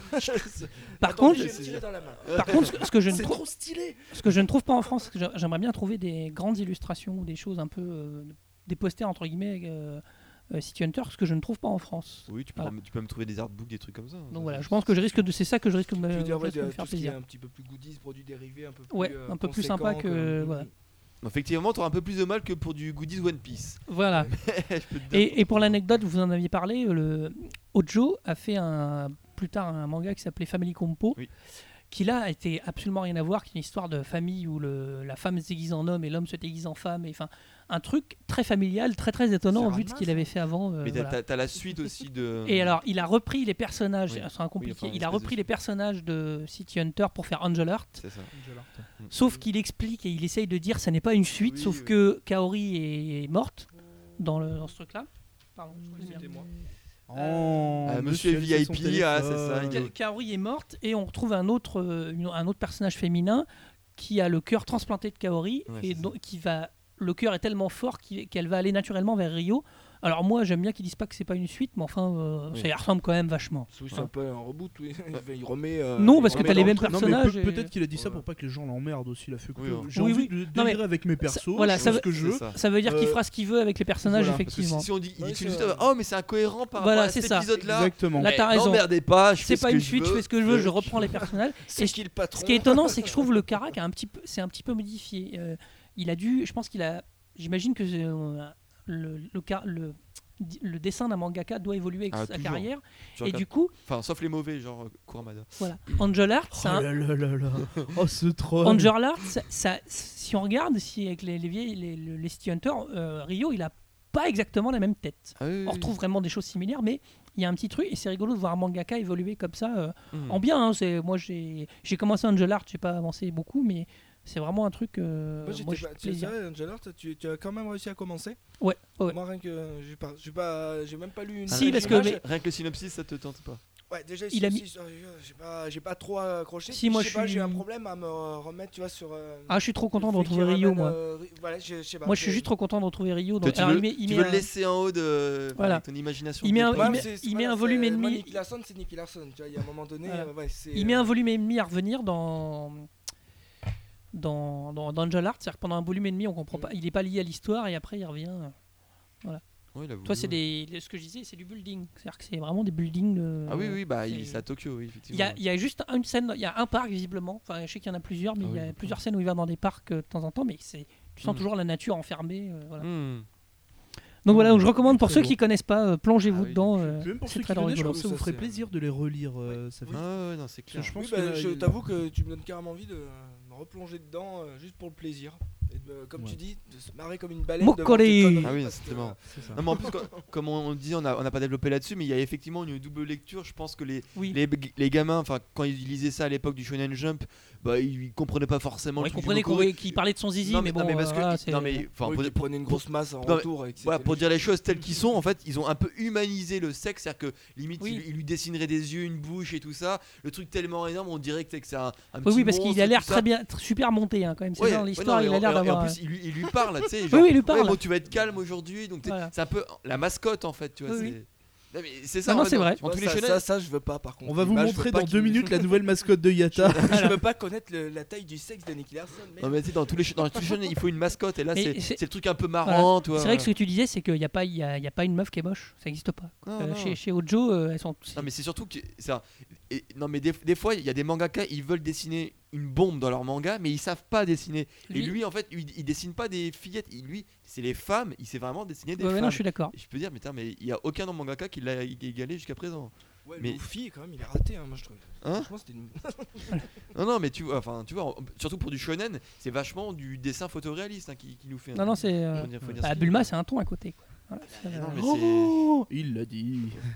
Par Attends, contre, je vais le tirer dans la main. par contre, ce que- ce que je ne C'est trouve, trop stylé. ce que je ne trouve pas en France, c'est que j'a- j'aimerais bien trouver des grandes illustrations ou des choses un peu, euh, des posters entre guillemets, euh, euh, City Hunter, ce que je ne trouve pas en France. Oui, tu peux, Voilà. tu peux même trouver des artbooks, des trucs comme ça. Donc voilà, je pense que je risque de, c'est ça que je risque de me, Je veux dire, je ouais, risque de me de- faire tout ce qui est plaisir. un petit peu plus goodies, produits dérivés, un peu plus. Ouais, euh, un peu plus conséquents sympa que- que- voilà. Effectivement, tu auras un peu plus de mal que pour du goodies One Piece. Voilà. Je peux te dire. Et, et pour l'anecdote, vous en aviez parlé, le Ojo a fait un, plus tard un manga qui s'appelait Family Compo, Oui. qui là a été absolument rien à voir, qui est une histoire de famille où le, la femme se déguise en homme et l'homme se déguise en femme, et enfin un truc très familial, très très étonnant C'est au vu de ce Ranma, qu'il ça avait fait avant. euh, Mais t'as, voilà. t'as- t'as la suite aussi de. Et alors, il a repris les personnages, Oui. c'est un compliqué, Oui, enfin, il a une repris espèce les de- personnages de City Hunter pour faire Angel Heart. C'est ça. Sauf qu'il explique et il essaye de dire que ça n'est pas une suite, Oui, sauf oui. que Kaori est morte dans, le, dans ce truc-là. Pardon, je crois que c'est bien. C'était moi. Oh, Ah, monsieur monsieur a son V I P, ah, c'est téléphone. ça, il Ka- Kaori est morte et on retrouve un autre, euh, une- un autre personnage féminin qui a le cœur transplanté de Kaori Ouais, et c'est donc qui va, le cœur est tellement fort qu'il- qu'elle va aller naturellement vers Rio. Alors moi j'aime bien qu'ils disent pas que c'est pas une suite, mais enfin euh, Oui. ça y ressemble quand même vachement. Oui, c'est un peu un reboot, oui. Il remet. euh, Non, il parce que remet t'as les dans mêmes le truc. Non, mais personnages peut- et- peut-être qu'il a dit ça Ouais. pour pas que les gens l'emmerdent aussi. Il a fait Oui, que oui. j'ai Oui, envie oui. de Non, mais délirer avec mes persos. voilà, je ça fais veut- ce que je veux. C'est ça. Ça veut dire qu'il Euh, fera ce qu'il veut avec les personnages voilà, Parce que si, effectivement. si on dit, il Ouais, dit que c'est juste, vrai. oh mais c'est incohérent par Voilà, rapport à c'est cet ça. épisode-là. Exactement. Là, Eh, t'as raison. N'emmerdez pas, je fais C'est ce pas que une je suite, veux. je fais ce que je veux, Euh, je reprends les personnages. C'est qui le patron? Ce qui est étonnant, c'est que je trouve le Karak a un petit peu, c'est un petit peu modifié. Euh, il a dû, je pense qu'il a, j'imagine que euh, le, le, car- le, le dessin d'un mangaka doit évoluer avec Ah, sa toujours. carrière. Tu Et regardes- du coup, Enfin, sauf les mauvais, genre euh, Kuramada. voilà, Angel Heart, Oh c'est un- là là là là. Oh ce troll. Angel Heart, ça, ça- si on regarde, si avec les, les vieilles, les, les, les City Hunter, euh, Rio, il a pas exactement la même tête. Ah, oui, On oui. retrouve vraiment des choses similaires, mais il y a un petit truc et c'est rigolo de voir un mangaka évoluer comme ça. euh, Hmm. En bien, hein, c'est moi j'ai j'ai commencé Angel Heart, j'ai pas avancé beaucoup, mais c'est vraiment un truc. Euh, Moi, j'étais moi, j'ai pas- tu plaisir. sais, Angel Heart, tu, tu as quand même réussi à commencer. Ouais, ouais, ouais. Moi, rien que. J'ai pas, j'ai pas, j'ai même pas lu une. Si, seule parce que- image. mais- Rien que le synopsis, ça te tente pas. Ouais, déjà, il a si- mis- si- j'ai pas, j'ai pas trop accroché. Si, Puis, moi, je sais je pas, suis- j'ai un problème à me remettre, tu vois, sur. euh, Ah, je suis trop content de le fait retrouver qu'il Rio, ramène, moi. euh, Ri- voilà, je, je sais pas. Moi, je suis j'ai- juste trop content de retrouver Rio. Toi, Donc, tu alors, veux, il met, il tu met veux un- le laisser en haut de Voilà. avec ton imagination. Il met un- de- Ouais, il mais met- c'est- il voilà, met un c'est- volume et moi, demi. Nicky Larson, c'est Nicky Larson. Tu vois, il y a un moment donné, Voilà. euh, ouais, c'est. il met euh, un volume et demi à revenir dans dans dans, dans Angel Heart, c'est-à-dire que pendant un volume et demi, on comprend Mm. pas, il est pas lié à l'histoire et après il revient. Ouais, il a voulu, Toi, c'est ouais. des, ce que je disais, c'est du building, c'est-à-dire que c'est vraiment des buildings. de- Ah oui, oui, bah c'est- il c'est à Tokyo, oui, Il effectivement. y, a, il y a juste une scène, il y a un parc visiblement. Enfin, je sais qu'il y en a plusieurs, mais Ah il y a oui, plusieurs scènes où il va dans des parcs euh, de temps en temps, mais c'est, tu sens Mm. toujours la nature enfermée. euh, voilà. Hmm. Donc voilà, Mm. donc je recommande pour Très ceux beau. qui connaissent pas, euh, plongez-vous Ah oui, dedans. puis- euh, Puis même pour c'est ceux qui très connaissent, je rigolo. pense que ça vous Ça, ferait c'est- plaisir de les relire. euh, ça fait- Ah ouais, non, c'est clair. Je pense Oui, que bah, là, je il- t'avoue que tu me donnes carrément envie de me replonger dedans euh, juste pour le plaisir. Et de- comme Ouais. tu dis, de se marrer comme une baleine. Mokore. devant tes conneries, Ah oui, parce que, exactement. euh, c'est ça. Non, mais en plus, co- comme on dit, on n'a on n'a pas développé là-dessus, mais il y a effectivement une double lecture. Je pense que les, Oui. les, les gamins, enfin, quand ils lisaient ça à l'époque du Shonen Jump, bah, ils comprenaient pas forcément Bon, le il truc du comprenait qu'on Mokoro. qu'il parlait de son zizi, Non, mais mais, bon, non, mais parce euh, que, voilà, c'est- non, mais, enfin, oui, pour, qui prenait une grosse masse en Non, mais- retour. et que voilà, c'était pour le- dire les choses telles qu'ils sont, en fait, ils ont un peu humanisé le sexe, c'est-à-dire que limite, Oui. ils, ils lui dessineraient des yeux, une bouche et tout ça. Le truc tellement énorme, on dirait que c'est que c'est un, un Oui, petit oui, parce qu'il monstre a et l'air tout ça. très bien, tr- super monté hein, quand même. C'est Ouais, ça, dans ouais, l'histoire, non, il et a l'air en- et d'avoir. En euh, plus, il lui, il lui parle, tu sais. Oui, genre, oui, il lui parle. Ouais, bon, tu vas être calme aujourd'hui, donc t'es- Voilà. c'est un peu la mascotte en fait, tu vois. Oui, c'est... oui. Non, mais c'est ça. Non, en non, fait, c'est dans- vrai. dans Ouais, tous les ça, shonen, ça, ça, je veux pas par contre. On va vous L'image, je veux montrer pas dans qu'il- deux minutes la nouvelle mascotte de Yata. Je veux pas connaître le- la taille du sexe de Nicky Larson. merde. Non mais tu sais, dans tous les sh- dans tous les shonen, il faut une mascotte et là Mais c'est, c'est- c'est le truc un peu marrant, tu vois. C'est vrai que ce que tu disais, c'est qu'il n'y a, pas- il y a, il y a pas une meuf qui est moche. Ça n'existe pas. Non, Euh, non. Chez, chez Ojo, euh, elles sont. Non mais c'est surtout que c'est un- et- non mais des, des fois il y a des mangaka, ils veulent dessiner une bombe dans leur manga mais ils savent pas dessiner. Et Lui- lui en fait, il, il dessine pas des fillettes, il- lui c'est les femmes, il sait vraiment dessiner des Ouais, ouais, femmes. non, je suis d'accord. Et je peux dire mais putain, mais il y a aucun mangaka qui l'a égalé jusqu'à présent. Ouais, Mais- Luffy, quand même, il est raté, hein, moi je trouve. Hein Franchement, c'était une. Non non mais tu vois enfin tu vois en- surtout pour du shonen, c'est vachement du dessin photoréaliste hein, qui, qui nous fait. Non, non, c'est. euh, Faut dire- faut dire bah, ce qu'il Bulma, dit. c'est un ton à côté. Quoi. Voilà, c'est, Non, euh, mais Oh, il l'a dit.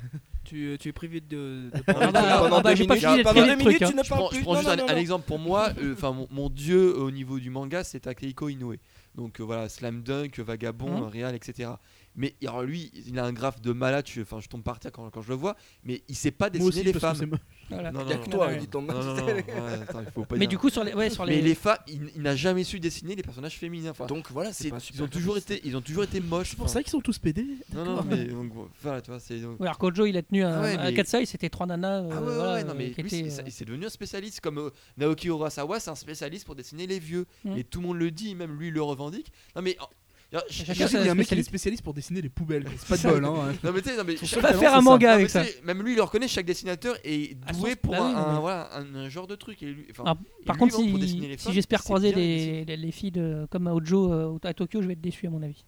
Tu, tu es privé de, de Ah bah, pendant ah bah, deux j'ai pas minutes. fini d'être Pendant privé deux de trucs, minutes, hein. tu ne Je parles prends, plus. je prends Non, juste non, un, non, un non. exemple pour moi. Enfin, mon, mon dieu au niveau du manga, c'est Takehiko Inoue. Donc euh, voilà, Slam Dunk, Vagabond, Hum. Real, et cetera. Mais alors lui, il a un graphe de malade. Je, enfin, je tombe par terre quand, quand je le vois. Mais il sait pas Moi dessiner aussi, les parce que femmes. c'est mo- Voilà. Non, Il y a non, que non. toi, Ouais. dit ton Non, non, non, ouais, attends, il faut pas Mais dire. du coup, sur les, ouais, sur Mais les, les femmes, il, il n'a jamais su dessiner les personnages féminins. Enfin, Donc voilà, c'est c'est- pas ils super ont toujours réaliste. été, ils ont toujours été moches. C'est pour enfin. ça qu'ils sont tous pédés. Non, non, mais donc, voilà, tu vois, c'est. donc- Ouais, alors Kojo, il a tenu un, Ah ouais, un mais- Katsai, c'était trois nanas. euh, Ah ouais, ouais, voilà, ouais, non, mais euh, qui lui, étaient, c'est- euh, c'est devenu un spécialiste. Comme euh, Naoki Urasawa, c'est un spécialiste pour dessiner les vieux. Mm. Et tout le monde le dit, même lui, il le revendique. Non, mais. oh, alors, je- Chacun je- Imagine, il y a un mec qui est spécialiste. spécialiste pour dessiner les poubelles. C'est pas de bol, hein. Non, mais tu sais, non, mais. Son chaque- seul Va talent, faire c'est un ça. manga non, avec mais ça. tu sais, même lui, il le reconnaît, chaque dessinateur est Ah, doué son- pour bah oui, un, non, mais- un- voilà, un, un genre de truc. Et lui, enfin, Ah, et Par lui, contre, bon, pour si, dessiner les si femmes, j'espère c'est croiser bien les, les, les filles de, comme à Ojo euh, à Tokyo, je vais être déçu à mon avis.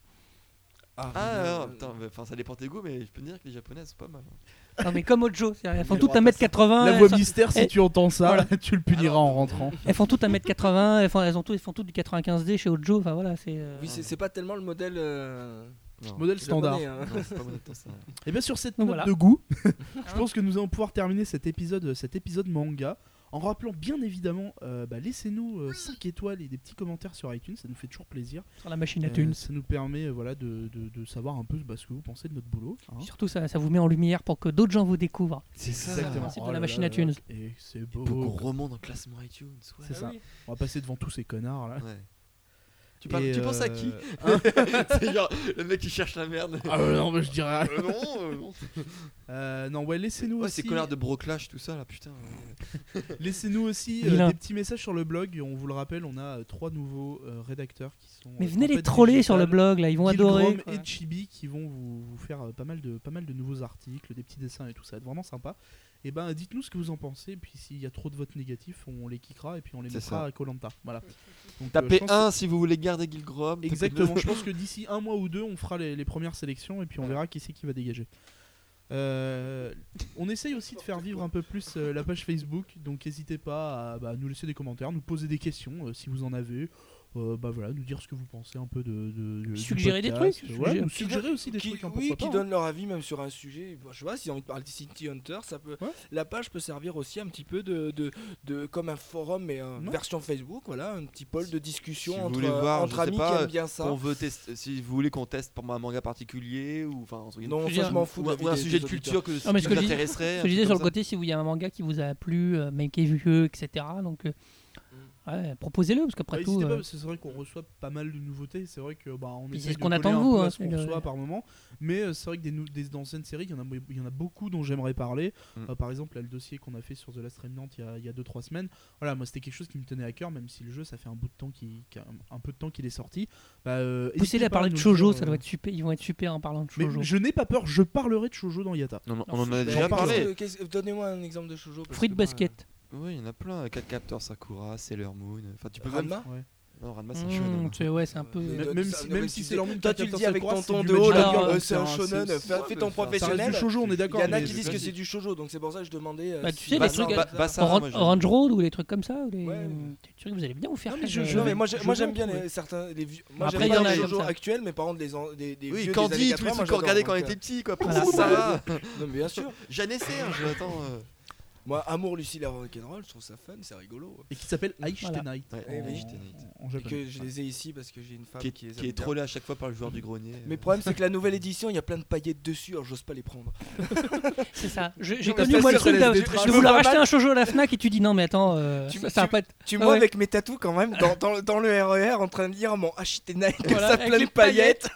Ah, Ah, euh, alors, putain, bah, enfin, ça dépend tes goûts, mais je peux te dire que les japonaises sont pas mal. Non mais comme Ojo, c'est-à-dire, elles font Il toutes aura un mètre quatre-vingts. La elles voix sont- mystère, si Eh, tu entends ça, voilà. tu le puniras Alors, en rentrant. Elles font toutes un mètre quatre-vingts, elles font, elles ont tout, elles font toutes du quatre-vingt-quinze D chez Ojo, enfin voilà, c'est... euh, Oui, c'est c'est pas tellement le modèle. euh, Non. Modèle standard. japonais, hein. Non, c'est pas bon d'être ça. Et bien sur cette Donc note voilà. de goût, je pense que nous allons pouvoir terminer cet épisode, cet épisode manga en rappelant bien évidemment, euh, bah, laissez-nous euh, cinq étoiles et des petits commentaires sur iTunes, ça nous fait toujours plaisir. sur la machine à Euh, thunes. ça nous permet euh, voilà, de, de- de savoir un peu bah, ce que vous pensez de notre boulot. hein. Surtout ça, ça vous met en lumière pour que d'autres gens vous découvrent. C'est ça. Exactement. c'est de Oh la là machine là à thunes. là. Et c'est beau. Pour qu'on remonte dans le classement iTunes. Ouais. C'est ça. On va passer devant tous ces connards là. Ouais. Tu, parles, Et, tu penses à qui euh, hein C'est genre le mec qui cherche la merde. Ah euh, non, mais je dirais. Euh, non, euh, non. Euh, non, ouais, laissez-nous Ouais, aussi. ces connards de Broclash, tout ça là, putain. ouais. Laissez-nous aussi euh, Vilain. des petits messages sur le blog. On vous le rappelle, on a euh, trois nouveaux euh, rédacteurs qui sont. Mais euh, venez les Tempête troller Digital, sur le blog, là, ils vont Gilgrom adorer. quoi. et Chibi qui vont vous, vous faire euh, pas mal de pas mal de nouveaux articles, des petits dessins et tout ça, ça va être vraiment sympa. Et ben dites-nous ce que vous en pensez. Et puis s'il y a trop de votes négatifs, on les kickera et puis on les C'est mettra ça. à Koh-Lanta. Voilà. Donc, euh, Tapez je pense que- un si vous voulez garder Gilgrom. tapez Exactement. deux. Je pense que d'ici un mois ou deux, on fera les, les premières sélections et puis on verra qui c'est qui va dégager. Euh, on essaye aussi de faire vivre un peu plus euh, la page Facebook, donc n'hésitez pas à bah, nous laisser des commentaires, nous poser des questions euh, si vous en avez, euh, bah voilà, nous dire ce que vous pensez un peu de, de- de- du Suggérer des podcast. trucs, ouais, suggérer- nous suggérer aussi des qui, trucs, hein, oui, pourquoi qui pas, hein. donnent leur avis même sur un sujet. Bon, je sais pas, s'ils ont envie de parler de City Hunter, ça peut. Ouais. La page peut servir aussi un petit peu de, de, de comme un forum, mais en Ouais. version Facebook, voilà, un petit pôle de discussion Si vous entre, voulez voir, entre je sais amis pas, qui aiment bien ça. Qu'on veut tester, si vous voulez qu'on teste pour un manga particulier ou enfin entre guillemets, Non, Je veux ça, dire, je m'en fous. ou, de un- la ou un vie des- sujet des de auditeurs. culture que, Non, mais qui ce que vous je dis- intéresserait. Ce un que je truc disais sur comme le côté, si il y a un manga qui vous a plu, euh, mais qui est vieux, et cetera. Donc, euh, ouais, proposez-le, parce qu'après Ouais, tout. n'hésitez pas, euh, parce que c'est vrai qu'on reçoit pas mal de nouveautés. C'est vrai que bah, on Puis essaie c'est ce de qu'on coller attend de un vous, peu hein, à ce qu'on c'est le- reçoit par moment. Mais euh, c'est vrai que des, nou- des anciennes séries, il y en a, il y en a beaucoup dont j'aimerais parler. Mm. Euh, par exemple, là, le dossier qu'on a fait sur The Last Remnant il y a- il y a deux trois semaines. Voilà, moi c'était quelque chose qui me tenait à cœur, même si le jeu ça fait un bout de temps qu'il, qu'il y a un, un peu de temps qu'il est sorti. Bah, euh, Poussez-les n'hésitez à pas parler de nous shoujo, dire, ça euh, doit être super. Ils vont être super en parlant de Mais shoujo. je n'ai pas peur, je parlerai de shoujo dans Yata. Non, non, on Non, en a Mais déjà j'en parle. parlé. qu'est-ce que- qu'est-ce- Donnez-moi un exemple de shoujo. parce Fruit que de moi, basket. Oui, il y en a plein. Cat Captor, Sakura, Sailor Moon. Enfin, tu peux même. Ranma. Ouais. Non, Ranma, c'est un Mmh, shonen. c'est- ouais, c'est un peu. Mais Même, de- même ça- si, non, même mais si tu- c'est leur monde toi, qui tu le capte dis avec Sakura, ton c'est ton du de haut, Magic là, Alors, euh, euh, c'est un c'est shonen. c'est- Fais ouais, fais ton mais enfin, Ça reste professionnel. du shoujo, on est d'accord. Il y en a mais qui disent c'est- que c'est du shoujo, donc c'est pour ça que je demandais. euh, Bah, tu si- sais, les Bassin- trucs- Ba- Bassin, Oran- moi, j'aime. Orange Road ou les trucs comme ça. ou Les... Ouais. Tu sais que vous allez bien vous faire. Non, mais faire, je- euh, Non, mais moi j'ai- je moi vais j'aime en bien trouver. les, certains les vieux. Moi Après, j'aime il y pas en a les comme shoujo ça. actuels, mais par contre les an- des des Oui, vieux des Candy, années tous les quatre-vingts, moi trucs qu'on regardait quand on j'adore, était petit, quoi. Voilà. Ça va. donc, euh, Non, mais bien sûr. Jeanne et Serge, attends. euh. Moi, Amour, Lucie, la rock'n'roll, je trouve ça fun, c'est rigolo. Et qui s'appelle Aishite Voilà. Night. Ouais, Eh en- oui. Aishite Night. en Et japonais. que je les ai ici parce que j'ai une femme Qui qui, est, les qui est aime bien. trollé à chaque fois par le joueur du grenier. Mais le problème c'est que la nouvelle édition, il y a plein de paillettes dessus, alors j'ose pas les prendre. C'est ça. Je- J'ai Non, mais connu ça, moi le ça truc laisse de des de traces. vouloir Je me vois acheter mal. un shoujo à la Fnac et tu dis non mais attends, euh, Tu ça, me- ça va pas être. Tu Ah me vois ouais. avec mes tatous quand même dans, dans, dans le R E R en train de lire mon Aishite Night comme Voilà, ça avec plein les de paillettes.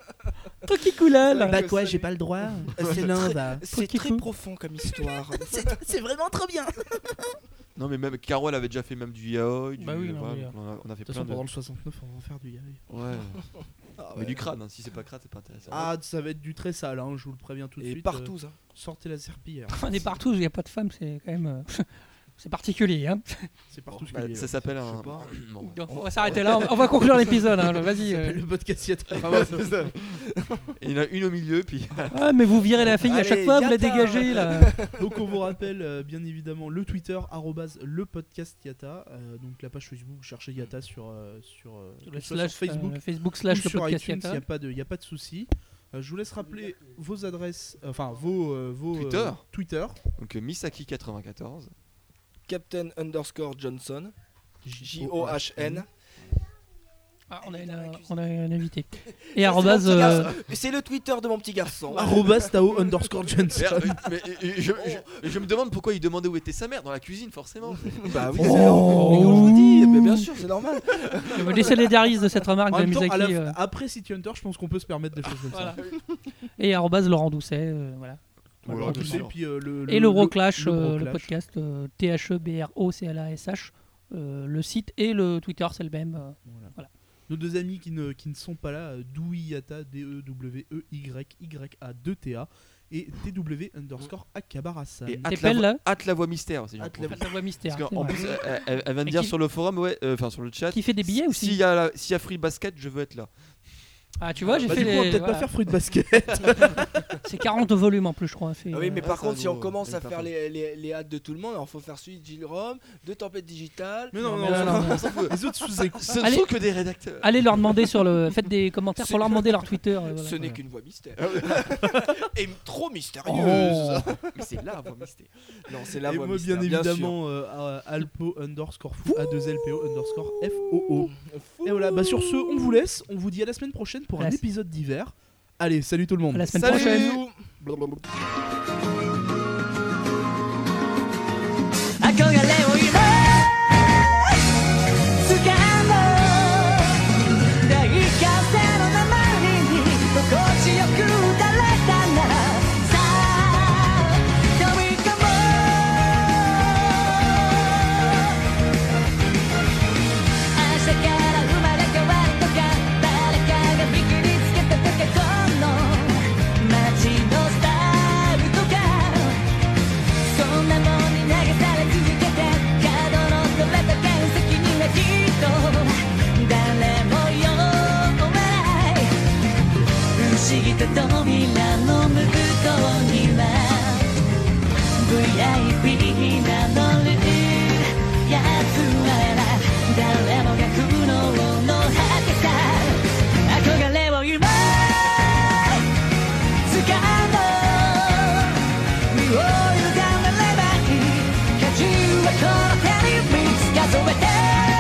Tokikoulal. Bah quoi, j'ai pas le droit. C'est non, très- bah. C'est Pokiku. très profond comme histoire. C'est vraiment trop bien. Non, mais même Caro, elle avait déjà fait même du yaoi. Du, Bah oui, non, voilà, mais, donc on, a, on a fait De toute plein façon, de. pendant le soixante-neuf, on va en faire du yaoi. Ouais. Ah Mais ouais. du crade, hein. Si c'est pas crade, c'est pas intéressant. Ah, ça va être du très sale, hein, je vous le préviens tout de Et suite. partout euh, ça. sortez la serpillière. On est partout, il n'y a pas de femmes, c'est quand même. euh, C'est particulier. Hein. C'est partout ce Bah, qu'il y a. ça s'appelle Je sais un. pas. Bon, Donc, on va s'arrêter là, on va- on va conclure l'épisode. Hein. Vas-y. Ça euh. s'appelle le podcast Yata. c'est ça. Et il y en a une au milieu, puis. Ah, mais vous virez la fille à Allez, chaque fois, vous la Yata. dégagez là. Donc on vous rappelle euh, bien évidemment le Twitter arrobase le podcast Yata, euh, donc la page Facebook, vous cherchez Yata sur euh, sur, euh, Le que ce soit slash, sur Facebook euh, Facebook ou slash le sur podcast iTunes, il Yata. n'y a pas de il y a pas de souci. Euh, je vous laisse rappeler vos adresses, euh, enfin vos, euh, vos Twitter. euh, Twitter. Donc euh, Misaki quatre-vingt-quatorze. Captain underscore Johnson. J O H N. Ah, on, a Elle est une, dans la euh, cuisine. on a un invité. Et Ça, c'est mon arrobase. petit euh, garçon. C'est le Twitter de mon petit garçon. Arrobas Tao underscore Johnson. Mais, mais, je, je- je me demande pourquoi il demandait où était sa mère dans la cuisine, forcément. Bah oui, Oh. c'est normal. Mais comme je vous dis, mais bien sûr, c'est normal. Je me désolidarise de cette remarque En de même temps, à la Misaki. fin- euh, après City Hunter, je pense qu'on peut se permettre des choses comme voilà. ça. Et arrobase Laurent Doucet. euh, voilà. Voilà, Voilà, bien tu sais, sûr. puis, euh, le, Et l'Euroclash, le euh, le, Euroclash. podcast euh, T H E B R O C L A S H. euh, le site et le Twitter, c'est le même. euh. Voilà. Voilà. Nos deux amis qui ne, qui ne sont pas là, euh, Douiata, D E W E Y Y A deux T A et T W underscore Akabarassan. Et T'es hâte belle, la, là hâte la voix mystère aussi. j'en Hâte la profite. La voix mystère. Parce c'est qu'en vrai. plus, elle, elle- elle vient de Et dire qui- sur le forum, ouais, euh, enfin sur le chat. Qui fait des billets aussi. S'il y, a la- s'il y a Free Basket, je veux être là. Ah, tu vois, j'ai Bah, fait du coup, on va les. peut-être voilà. pas faire fruit de basket. C'est quarante volumes en plus, je crois. Fait, Ah oui, mais euh, par ça contre, si on vaut- commence elle à est pas faire folle. les, les, les hâtes de tout le monde, alors faut faire celui de Gilles Rome, de Tempête Digitale. Mais non, Non, non, mais non, non, non, non. on s'en fout. Les autres sous écoute. Ce ne Allez. sont que des rédacteurs. Allez leur demander sur le. Faites des commentaires pour leur demander leur Twitter. euh, voilà. Ce n'est Voilà. qu'une voix mystère. Ah Et trop mystérieuse. Oh. Mais c'est la voix mystère. Non, c'est la Et voix moi, mystère. bien sûr. évidemment, euh, à- Alpo underscore fou, A deux L P O underscore F O O. Et voilà, bah sur ce, on vous laisse. On vous dit à la semaine prochaine pour À un la- épisode d'hiver. Allez, salut tout le monde. À la semaine Salut. prochaine. Blablabla. 憧れを今掴んだ大風の波に心地よく打たれたならさあ飛び込もう明日から生まれ変わるとか誰かがびっくりつけたとかこの街のスタイルとかそんなもんに流され続けて角の取れた原石にはきっと誰も読めない不思議と扉の向こうには ブイアイピー 名乗るやつは誰もが苦悩の果てさ憧れを今掴んだ身を委ねればいい価値はこの手にみつ数えて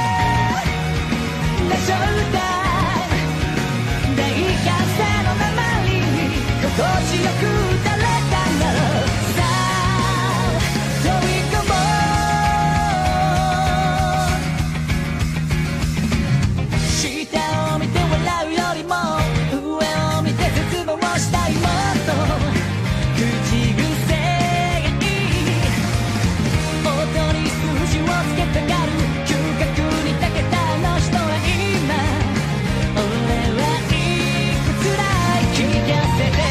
The showtime 大風の鉛に心地よく打たれたならさあ飛び込もう下を見て笑うよりも上を見て絶望したいもっと口癖がいい音に数字をつけたがる嗅覚に長けたあの人は今俺はいくつらい気がせて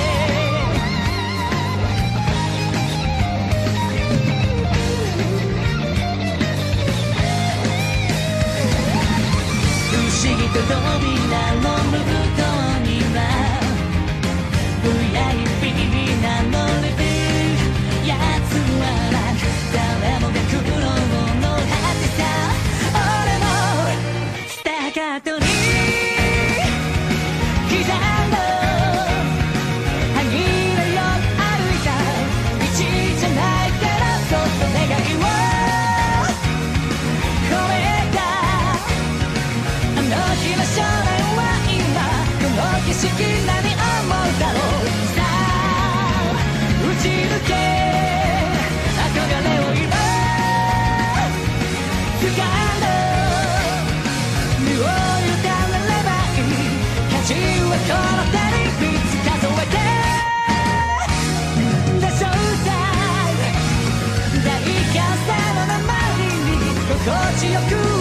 不思議と扉の向こうには ブイアイピー 名乗るやつは誰もが苦労の果てさ俺もスターカートに刻んだ歯切れよく歩いた道じゃないからそっと願いを込めたあの日の少年は今この景色何思うだろうさあ打ち抜け憧れを今掴んだ身を委ねればいい価値はこの手にみつ数えて The showtime 大風の鉛に心地よく